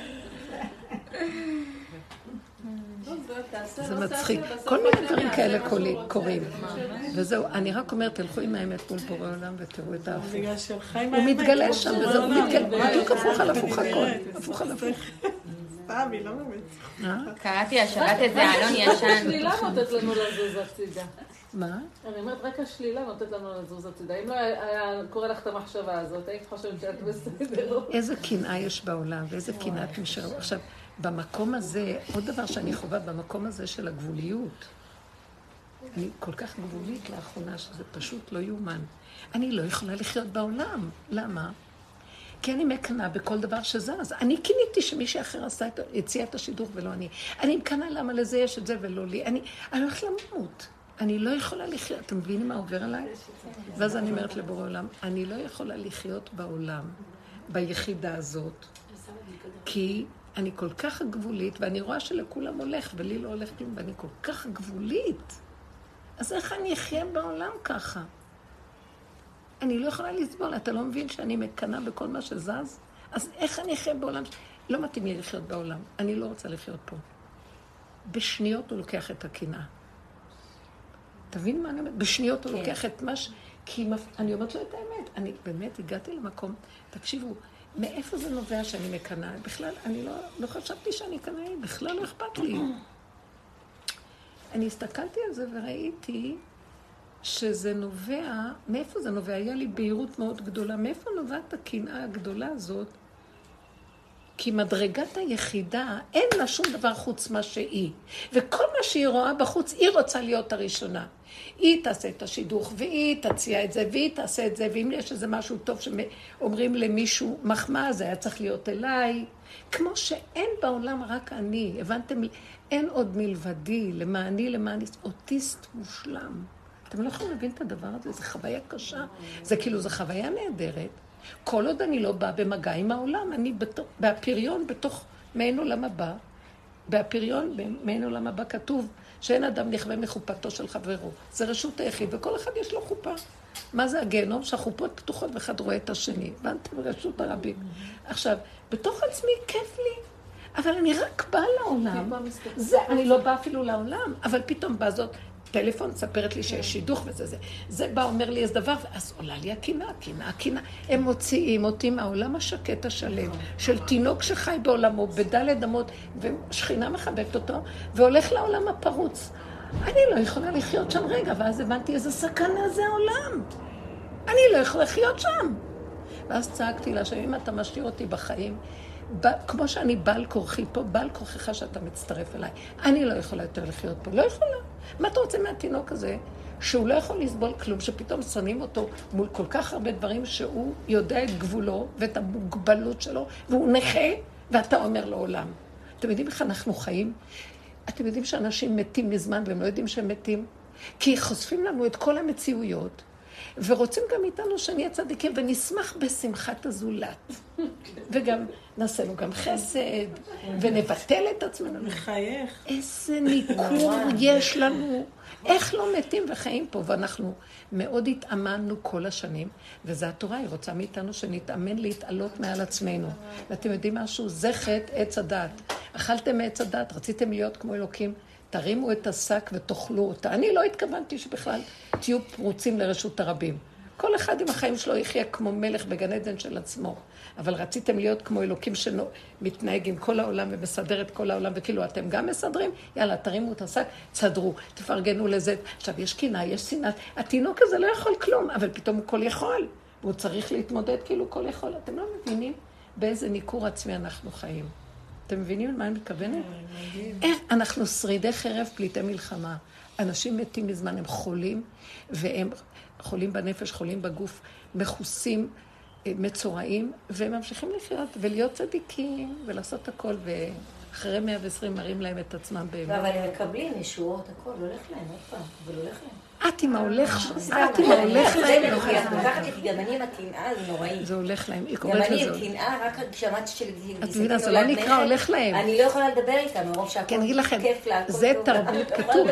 זה מצחיק. כל מיני דברים כאלה קורים. וזהו, אני רק אומרת, תלכו עם האמת מול בורא עולם ותראו את ההפוך. הוא מתגלה שם, וזהו, הוא מתגלה. בדיוק הפוך על הפוך הכל. הפוך על הפוך. סתם, היא לא באמת. קראתי השבת איזה אלון ישן. השלילה נותנת לנו לזוז הצידה. מה? אני אומרת, רק השלילה נותנת לנו לזוז הצידה. אם לא היה קורא לך את המחשבה הזאת, היית חושבת שאת בסדר. איזה קנאה יש בעולם, ואיזה קנאת משהו. עכשיו, במקום הזה, עוד דבר שאני חווה, במקום הזה של הגבוליות, אני כל כך גבולית לאחרונה, שזה פשוט לא יאומן. אני לא יכולה לחיות בעולם. למה? כי אני מקנה בכל דבר שזז. אני קיניתי שמישהי אחר הציע את השידוך ולא אני. אני מקנה למה לזה יש את זה ולא לי. אני, אני הולכת למות. אני לא יכולה לחיות. אתם מבינים מה עובר עליי? ואז אני אומרת לבורא עולם, אני לא יכולה לחיות בעולם, ביחידה הזאת, כי אני כל כך גבולית, ואני רואה שלכולם הולך, ולי לא הולך כלום, ואני כל כך גבולית. אז איך אני אחיה בעולם ככה? אני לא יכולה לסבול, אתה לא מבין שאני מקנה בכל מה שזז? אז איך אני אחיה בעולם? לא מתאים לי לחיות בעולם, אני לא רוצה לחיות פה. בשניות הוא לוקח את הקנאה. תבין מה אני אומרת? בשניות הוא לוקח את מה ש... כי אני אומרת לו את האמת. אני באמת הגעתי למקום, תקשיבו, מאיפה זה נובע שאני מקנה? בכלל, אני לא, לא חשבתי שאני קנאי, בכלל לא אכפת לי. אני הסתכלתי על זה וראיתי שזה נובע, מאיפה זה נובע? היה לי בהירות מאוד גדולה. מאיפה נובעת הקנאה הגדולה הזאת? כי מדרגת היחידה, אין לה שום דבר חוץ מה שהיא. וכל מה שהיא רואה בחוץ, היא רוצה להיות הראשונה. היא תעשה את השידוך, והיא תציע את זה, והיא תעשה את זה, ואם יש איזה משהו טוב שאומרים למישהו, מחמאה, זה היה צריך להיות אליי. כמו שאין בעולם רק אני, הבנתם? אין עוד מלבדי, למעני, למעני, אוטיסט מושלם. אתם לא יכולים להבין את הדבר הזה, זו חוויה קשה. זה כאילו, זו חוויה נהדרת. כל עוד אני לא באה במגע עם העולם, אני בתוך, בהפריון, בתוך מעין עולם הבא, בהפריון, מעין עולם הבא כתוב שאין אדם נכווה מחופתו של חברו. זה רשות היחיד, וכל אחד יש לו חופה. מה זה הגיהנום? שהחופות פתוחות ואחד רואה את השני. הבנתם? רשות הרבים. עכשיו, בתוך עצמי כיף לי. אבל אני רק באה לעולם. זה, אני לא באה אפילו לעולם, אבל פתאום בא זאת, טלפון ספרת לי שיש שידוך וזה זה. זה בא אומר לי איזה דבר, ואז עולה לי הקינה, הקינה, הקינה. הם מוציאים אותי מהעולם השקט השלם, של תינוק שחי בעולמו, בדלת אמות, ושכינה מחבקת אותו, והולך לעולם הפרוץ. אני לא יכולה לחיות שם רגע, ואז הבנתי איזה סכנה זה העולם. אני לא יכולה לחיות שם. ואז צעקתי לה, שאם אתה משאיר אותי בחיים, כמו שאני בעל כורחי פה, בעל כורחך שאתה מצטרף אליי, אני לא יכולה יותר לחיות פה, לא יכולה. מה אתה רוצה מהתינוק הזה? שהוא לא יכול לסבול כלום, שפתאום שמים אותו מול כל כך הרבה דברים שהוא יודע את גבולו ואת המוגבלות שלו, והוא נכה, ואתה אומר לעולם. אתם יודעים איך אנחנו חיים? אתם יודעים שאנשים מתים מזמן והם לא יודעים שהם מתים? כי חושפים לנו את כל המציאויות, ורוצים גם איתנו שנהיה צדיקים, ונשמח בשמחת הזולת. וגם נעשה לו גם חסד, ונבטל את עצמנו. מחייך. איזה ניכור יש לנו. איך לא מתים וחיים פה? ואנחנו מאוד התאמנו כל השנים, וזה התורה, היא רוצה מאיתנו שנתאמן להתעלות מעל עצמנו. ואתם יודעים משהו? זה חטא עץ הדת. אכלתם מעץ הדת, רציתם להיות כמו אלוקים, תרימו את השק ותאכלו אותה. אני לא התכוונתי שבכלל תהיו פרוצים לרשות הרבים. כל אחד עם החיים שלו יחיה כמו מלך בגן עדן של עצמו. אבל רציתם להיות כמו אלוקים שמתנהג עם כל העולם ומסדר את כל העולם, וכאילו אתם גם מסדרים, יאללה, תרימו את השק, תסדרו, תפרגנו לזה. עכשיו, יש קינה, יש שנאת. התינוק הזה לא יכול כלום, אבל פתאום הוא כל יכול. והוא צריך להתמודד כאילו כל יכול. אתם לא מבינים באיזה ניכור עצמי אנחנו חיים. אתם מבינים מה אני מתכוונת? איך אנחנו שרידי חרב פליטי מלחמה. אנשים מתים מזמן, הם חולים, והם חולים בנפש, חולים בגוף, מחוסים, מצורעים, והם ממשיכים לחיות ולהיות צדיקים ולעשות הכל, ואחרי מאה ועשרים מראים להם את עצמם באמת. אבל הם מקבלים ישועות, הכל הולך להם, עוד פעם, אבל הולך להם. את עם ההולך, את עם ההולך להם. לקחת את גם אני עם הקנאה, זה נוראי. זה הולך להם, היא גם קוראת אני לזה. עם קנאה, רק כשאמרתי של... את מבינה, זה לא נקרא הולך להם. אני לא יכולה לדבר איתם, מרוב שהכל כיף לה. זה תרבות כתוב.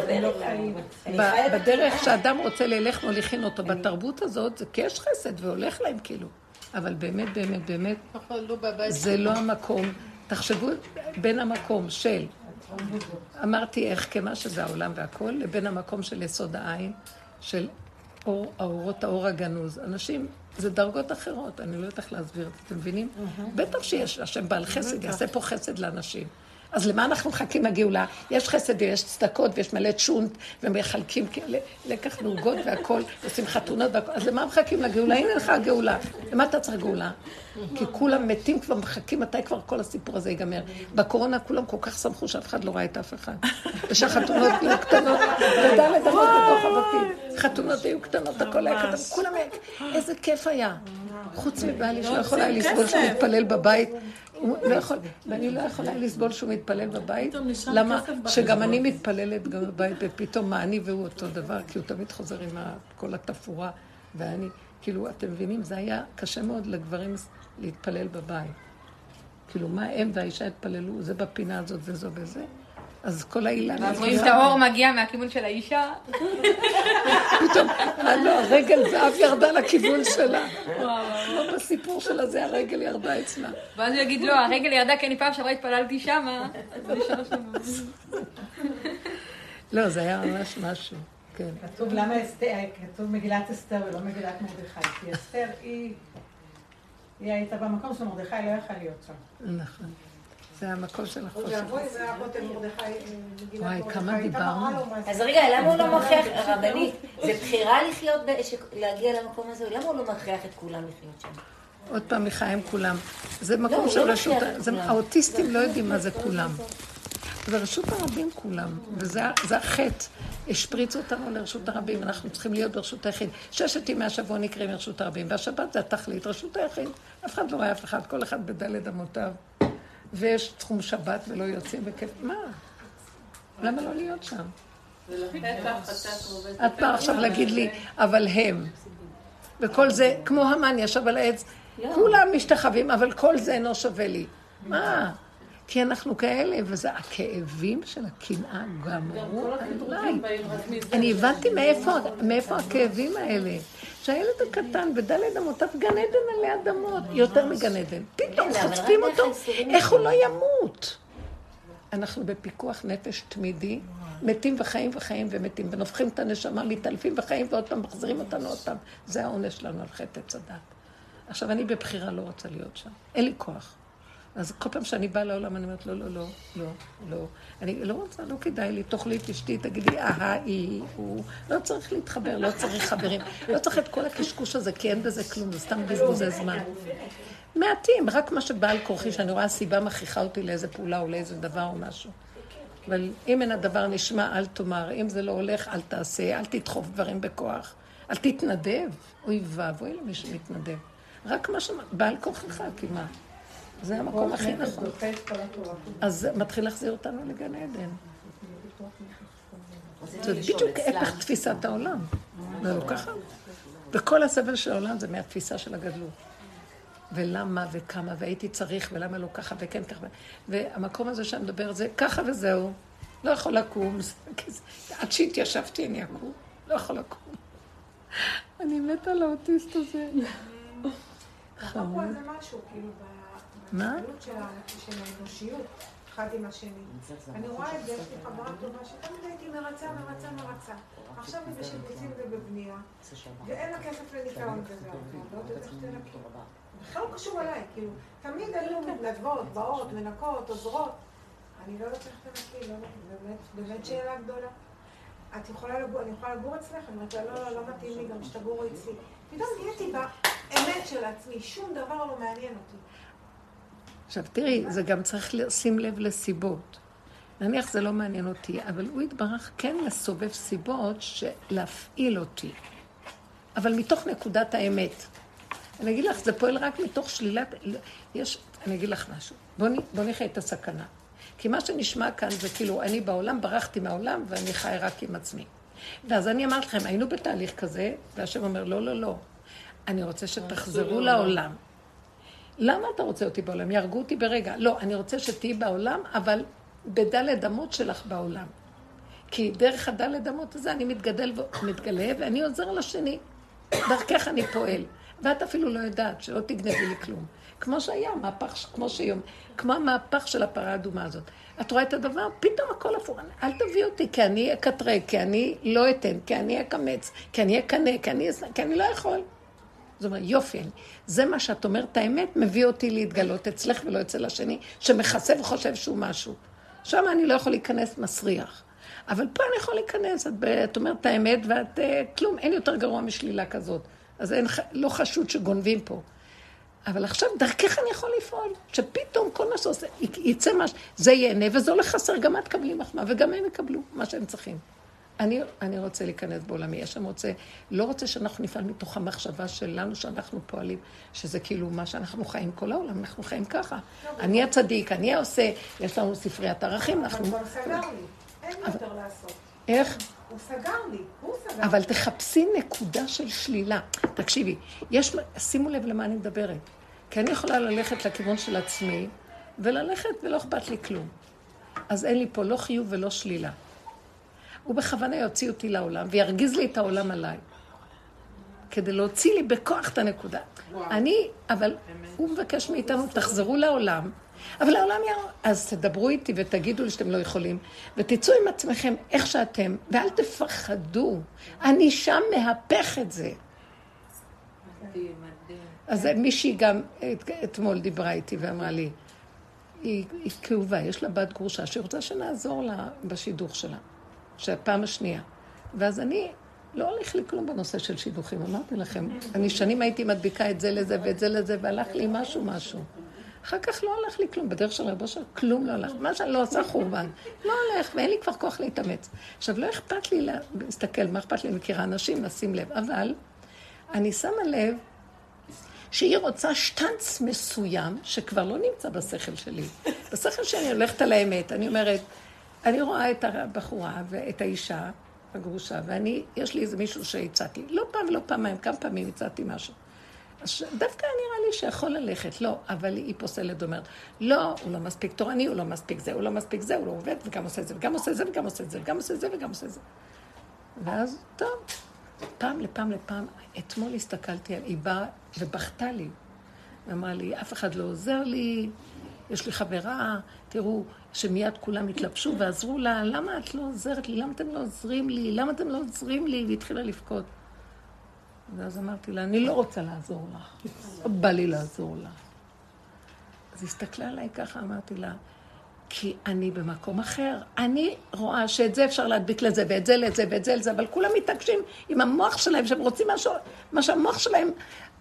בדרך שאדם רוצה ללך מוליכין אותו, בתרבות הזאת זה כי יש חסד והולך להם כאילו. אבל באמת, באמת, באמת, זה לא המקום. תחשבו בין המקום של... אמרתי איך כמה שזה העולם והכל, לבין המקום של יסוד העין, של אור, האורות, האור הגנוז. אנשים, זה דרגות אחרות, אני לא יודעת איך להסביר את זה, אתם מבינים? בטח שיש השם בעל חסד, יעשה פה חסד לאנשים. אז למה אנחנו מחכים לגאולה? יש חסד ויש צדקות ויש מלא צ'ונט, ומחלקים לקח ועוגות והכל, עושים חתונות והכל. אז למה מחכים לגאולה? הנה לך הגאולה. למה אתה צריך גאולה? כי כולם מתים כבר מחכים, מתי כבר כל הסיפור הזה ייגמר? בקורונה כולם כל כך שמחו שאף אחד לא ראה את אף אחד. ושהחתונות היו קטנות, תדע לדמות בתוך הבתים. חתונות היו קטנות, הכל היה קטן, כולם היה... איזה כיף היה. חוץ מבעלי שלא יכולה לסבול שהוא מתפלל בבית. לא יכול, ואני לא יכולה לסבול שהוא מתפלל בבית. למה? שגם אני מתפללת גם בבית, ופתאום מה אני והוא אותו דבר, כי הוא תמיד חוזר עם כל התפורה, ואני, כאילו, אתם מבינים, זה היה קשה מאוד לגברים להתפלל בבית. כאילו, מה הם והאישה התפללו, זה בפינה הזאת וזו וזה. אז כל העילה... אז רואים את האור מגיע מהכיוון של האישה. פתאום, לא, הרגל זהב ירדה לכיוון שלה. לא בסיפור שלה, זה הרגל ירדה אצלה. ואז הוא יגיד, לא, הרגל ירדה כי אני פעם שעברה התפללתי שמה. לא, זה היה ממש משהו. כן. כתוב למה אסתר, כתוב מגילת אסתר ולא מגילת מרדכי. כי אסתר היא, היא הייתה במקום של מרדכי, לא יכל להיות שם. נכון. זה המקום של החושך. זה הכותל מרדכי, מגילת וואי, מרדכי. כמה דיברנו. אז רגע, למה הוא לא מכריח, הרבנית, זה בחירה לחיות, להגיע למקום הזה, למה הוא לא מכריח את כולם לחיות שם? עוד פעם, מחיים כולם. זה מקום של רשות, האוטיסטים לא יודעים מה זה כולם. זה רשות הרבים כולם, וזה החטא. השפריצו אותנו לרשות הרבים, אנחנו צריכים להיות ברשות היחיד. ששת ימי השבוע נקראים רשות הרבים, והשבת זה התכלית, רשות היחיד. אף אחד לא רואה אף אחד, כל אחד בדלת אמותיו. ויש תחום שבת ולא יוצאים בכיף. מה? למה לא להיות שם? את באה עכשיו להגיד לי, אבל הם. וכל זה, כמו המן ישב על העץ, כולם משתחווים, אבל כל זה אינו שווה לי. מה? כי אנחנו כאלה, וזה הכאבים של הקנאה גמרו עליי. אני הבנתי מאיפה הכאבים האלה. שהילד הקטן בדלת אמותיו גן עדן עלי אדמות, יותר מגן עדן. פתאום חוטפים אותו, איך הוא לא ימות? אנחנו בפיקוח נפש תמידי, מתים וחיים וחיים ומתים, ונופחים את הנשמה, מתעלפים וחיים ועוד פעם מחזירים אותנו עוד פעם. זה העונש שלנו על חטא עץ הדת. עכשיו, אני בבחירה לא רוצה להיות שם. אין לי כוח. אז כל פעם שאני באה לעולם, אני אומרת, לא, לא, לא, לא, לא. אני לא רוצה, לא כדאי לי, תאכלי את אשתי, תגידי, אה, היא, הוא. לא צריך להתחבר, לא צריך חברים. לא צריך את כל הקשקוש הזה, כי אין בזה כלום, זה סתם בזבוזי זמן. מעטים, רק מה שבעל כורחי, שאני רואה סיבה מכריחה אותי לאיזה פעולה או לאיזה דבר או משהו. אבל אם אין הדבר נשמע, אל תאמר, אם זה לא הולך, אל תעשה, אל תדחוף דברים בכוח, אל תתנדב. אוי ואבוי למי שמתנדב. רק מה שבעל כורחך, כמעט. זה המקום הכי נכון. אז מתחיל להחזיר אותנו לגן עדן. זה בדיוק הפך תפיסת העולם. זה לא ככה. וכל הסבל של העולם זה מהתפיסה של הגדלות. ולמה וכמה, והייתי צריך, ולמה לא ככה וכן ככה. והמקום הזה שאני מדבר זה ככה וזהו. לא יכול לקום. עד שהתיישבתי אני אקום. לא יכול לקום. אני מתה על האוטיסט הזה. חמוד. זה משהו, כאילו, בהתנהלות של האנושיות, אחד עם השני. אני רואה את זה, יש לי חברה טובה שתמיד הייתי מרצה, מרצה, מרצה. עכשיו היא בשיפוצים ובבנייה, ואין לה כסף לניקיון וזה. לא יודעת איך תנקי. בכלל לא קשור עליי, כאילו, תמיד היו מתנדבות, באות, מנקות, עוזרות. אני לא יודעת איך תנקי, באמת שאלה גדולה. את יכולה לגור, אני יכולה לגור אצלך? אני אומרת, לא, לא, לא מתאים לי גם שתגורו אצלי. פתאום נהייתי באמת של עצמי, שום דבר לא מעניין אותי. עכשיו תראי, זה גם צריך לשים לב לסיבות. נניח זה לא מעניין אותי, אבל הוא יתברך כן לסובב סיבות שלהפעיל אותי. אבל מתוך נקודת האמת. אני אגיד לך, זה פועל רק מתוך שלילת... יש, אני אגיד לך משהו. בוא, בוא נחיה את הסכנה. כי מה שנשמע כאן זה כאילו, אני בעולם, ברחתי מהעולם ואני חי רק עם עצמי. ואז אני אמרת לכם, היינו בתהליך כזה, והשם אומר, לא, לא, לא. אני רוצה שתחזרו לעולם. למה אתה רוצה אותי בעולם? ירגו אותי ברגע. לא, אני רוצה שתהיי בעולם, אבל בדלת אמות שלך בעולם. כי דרך הדלת אמות הזה אני מתגדל ומתגלה, ואני עוזר לשני. דרכך אני פועל. ואת אפילו לא יודעת שלא תגנבי לי כלום. כמו שהיה, מהפך, כמו שיום, כמו המהפך של הפרה האדומה הזאת. את רואה את הדבר? פתאום הכל אפור. אל תביא אותי, כי אני אקטרג, כי אני לא אתן, כי אני אקמץ, כי אני אקנה, כי אני, כי אני לא יכול. זאת אומרת, יופי, זה מה שאת אומרת, האמת מביא אותי להתגלות אצלך ולא אצל השני, שמחסה וחושב שהוא משהו. שם אני לא יכול להיכנס מסריח. אבל פה אני יכול להיכנס, את, את אומרת את האמת, ואת, כלום, אין יותר גרוע משלילה כזאת. אז אין, לא חשוד שגונבים פה. אבל עכשיו דרכך אני יכול לפעול, שפתאום כל מה שעושה, יצא מה, זה ייהנה, וזה הולך חסר, גם את קבלי מחמה, וגם הם יקבלו מה שהם צריכים. אני, אני רוצה להיכנס בעולמי, השם רוצה, לא רוצה שאנחנו נפעל מתוך המחשבה שלנו, שאנחנו פועלים, שזה כאילו מה שאנחנו חיים כל העולם, אנחנו חיים ככה. אני הצדיק, אני העושה, יש לנו ספריית ערכים, אנחנו... אבל כבר סגר לי, אין יותר לעשות. איך? הוא סגר לי, הוא סגר. אבל תחפשי נקודה של שלילה. תקשיבי, יש, שימו לב למה אני מדברת. כי אני יכולה ללכת לכיוון של עצמי, וללכת ולא אכפת לי כלום. אז אין לי פה לא חיוב ולא שלילה. הוא בכוונה יוציא אותי לעולם, וירגיז לי את העולם עליי. כדי להוציא לי בכוח את הנקודה. אני, אבל הוא מבקש מאיתנו, תחזרו לעולם, אבל העולם יראה, אז תדברו איתי ותגידו לי שאתם לא יכולים, ותצאו עם עצמכם איך שאתם, ואל תפחדו. אני שם מהפך את זה. אז מישהי גם אתמול דיברה איתי ואמרה לי, היא, היא כאובה, יש לה בת גרושה, שהיא רוצה שנעזור לה בשידוך שלה, שהפעם השנייה. ואז אני לא הולך לי כלום בנושא של שידוכים, אמרתי לכם, אני שנים הייתי מדביקה את זה לזה ואת זה לזה, והלך לי משהו משהו. אחר כך לא הולך לי כלום, בדרך של רבו של כלום לא הולך, מה שאני לא עושה חורבן, לא הולך, ואין לי כבר כוח להתאמץ. עכשיו, לא אכפת לי להסתכל, מה אכפת לי, מכירה אנשים, לשים לב, אבל אני שמה לב שהיא רוצה שטנץ מסוים, שכבר לא נמצא בשכל שלי. בשכל שאני הולכת על האמת, אני אומרת, אני רואה את הבחורה ואת האישה, הגרושה, ואני, יש לי איזה מישהו שהצעתי, לא פעם ולא פעמיים, כמה פעמים הצעתי משהו. אז דווקא נראה לי שיכול ללכת, לא, אבל היא פוסלת, אומרת, לא, הוא לא מספיק תורני, הוא לא מספיק זה, הוא לא מספיק זה, הוא לא עובד, וגם עושה זה, וגם עושה זה, וגם עושה זה, וגם עושה זה, וגם עושה זה. ואז, טוב, פעם לפעם לפעם, אתמול הסתכלתי, היא באה ובכתה לי, ואמרה לי, אף אחד לא עוזר לי, יש לי חברה, תראו, שמיד כולם התלבשו ועזרו לה, למה את לא עוזרת לי? למה אתם לא עוזרים לי? למה אתם לא עוזרים לי? והיא התחילה לבכות. ואז אמרתי לה, אני לא רוצה לעזור לך. לא בא לי לעזור לך. אז היא הסתכלה עליי ככה, אמרתי לה, כי אני במקום אחר. אני רואה שאת זה אפשר להדביק לזה, ואת זה לזה, ואת זה לזה, אבל כולם מתעקשים עם המוח שלהם, שהם רוצים משהו, מה שהמוח שלהם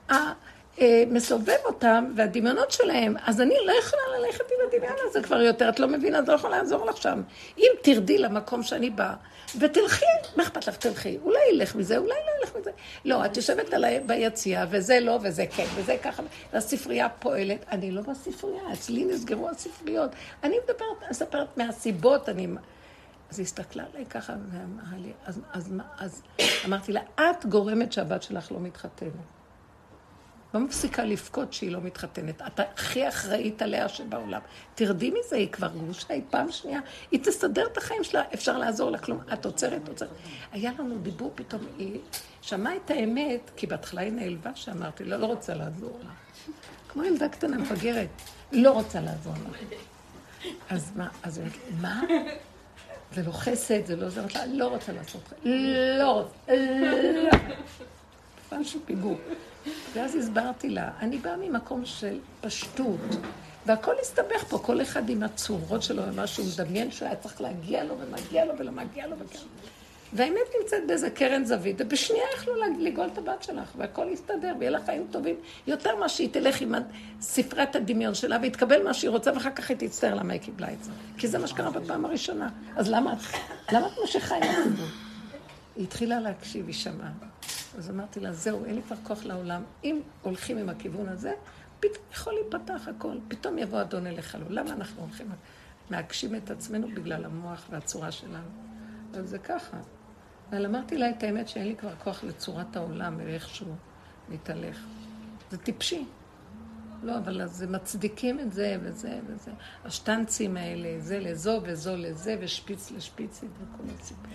מסובב אותם, והדמיונות שלהם. אז אני לא יכולה ללכת עם הדמיון הזה כבר יותר, את לא מבינה, את לא יכולה לעזור לך שם. אם תרדי למקום שאני באה, ותלכי, מה אכפת לך, תלכי. אולי ילך מזה, אולי לא ילך מזה. לא, את יושבת עליי ביציאה, וזה לא, וזה כן, וזה ככה. והספרייה פועלת. אני לא בספרייה, אצלי נסגרו הספריות. אני מדברת, אספרת מהסיבות, אני... אז היא הסתכלה עליי ככה, ואמרה לי, אז, אז, אז, אמרתי לה, את גורמת שהבת שלך לא מתחתנת. לא מפסיקה לפקוד שהיא לא מתחתנת. אתה הכי אחראית עליה שבעולם. תרדי מזה, היא כבר גרושה, היא פעם שנייה. היא תסדר את החיים שלה, אפשר לעזור לה כלום. את עוצרת, עוצרת. היה לנו דיבור פתאום, היא שמעה את האמת, כי בהתחלה היא נעלבה שאמרתי, לא, לא רוצה לעזור לה. כמו ילדה קטנה מפגרת, לא רוצה לעזור לה. אז מה? אז היא אומרת, מה? זה לא חסד, זה לא זאת לה, לא רוצה לעשות. לא רוצה, לא. פעם שפיגור. ואז הסברתי לה, אני באה ממקום של פשטות, והכל הסתבך פה, כל אחד עם הצורות שלו, ומה שהוא מדמיין שהוא היה צריך להגיע לו, ומגיע לו, ולא מגיע לו, וכן. והאמת נמצאת באיזה קרן זווית, ובשנייה יכלו לגאול את הבת שלך, והכל יסתדר, ויהיה לה חיים טובים, יותר מה שהיא תלך עם ספרת הדמיון שלה, והתקבל מה שהיא רוצה, ואחר כך היא תצטער למה היא קיבלה את זה. כי זה מה שקרה בפעם הראשונה. אז למה, למה את מושכה עם הציבור? היא התחילה להקשיב, היא שמעה. אז אמרתי לה, זהו, אין לי כבר כוח לעולם. אם הולכים עם הכיוון הזה, פתאום יכול להיפתח הכל. פתאום יבוא אדון אליך לו. למה אנחנו הולכים להגשים את עצמנו בגלל המוח והצורה שלנו? אז זה ככה. אבל אמרתי לה את האמת שאין לי כבר כוח לצורת העולם, ואיכשהו מתהלך. זה טיפשי. לא, אבל אז זה מצדיקים את זה וזה וזה. השטנצים האלה, זה לזו וזו לזה, ושפיץ לשפיצית וכל הסיפור.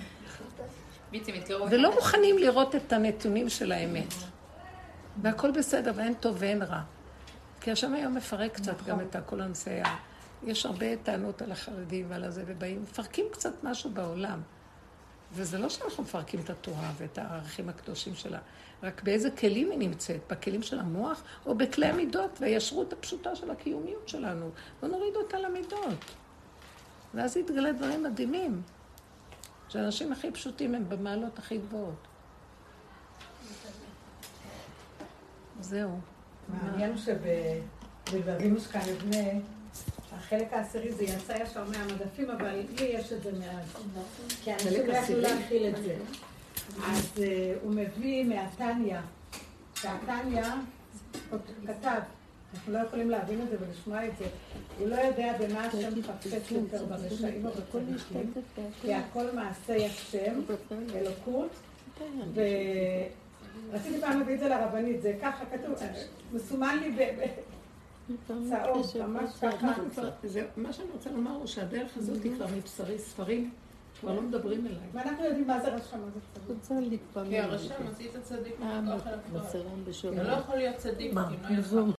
ולא מוכנים לראות את הנתונים של האמת. והכל בסדר, ואין טוב ואין רע. כי השם היום מפרק קצת גם את הכל הנושא. יש הרבה טענות על החרדים ועל הזה, ובאים, מפרקים קצת משהו בעולם. וזה לא שאנחנו מפרקים את התורה ואת הערכים הקדושים שלה, רק באיזה כלים היא נמצאת, בכלים של המוח או בכלי המידות, והישרות הפשוטה של הקיומיות שלנו. בוא נוריד אותה למידות. ואז יתגלה דברים מדהימים. שהאנשים הכי פשוטים הם במעלות הכי גבוהות. זהו. מעניין שבלבבים משכן לבנה, החלק העשירי זה יצא ישר מהמדפים, אבל לי יש את זה מאז. כי אנשים לא יכלו להכיל את זה. אז הוא מביא מהתניה, שהתניה כתב, אנחנו לא יכולים להבין את זה ולשמוע את זה. הוא לא יודע במה השם מפקשש יותר ברשעים או בצדיקים, כי הכל מעשה השם, אלוקות, ורציתי פעם להביא את זה לרבנית, זה ככה כתוב, מסומן לי בצהוב, ממש ככה. מה שאני רוצה לומר הוא שהדרך הזאת היא כבר מבשרי ספרים, כבר לא מדברים אליי. ואנחנו יודעים מה זה רשם, מה זה צדיק. כי הרשם עשית צדיק מתוך אל הכתוב. אתה לא יכול להיות צדיק אם לא יהיה לך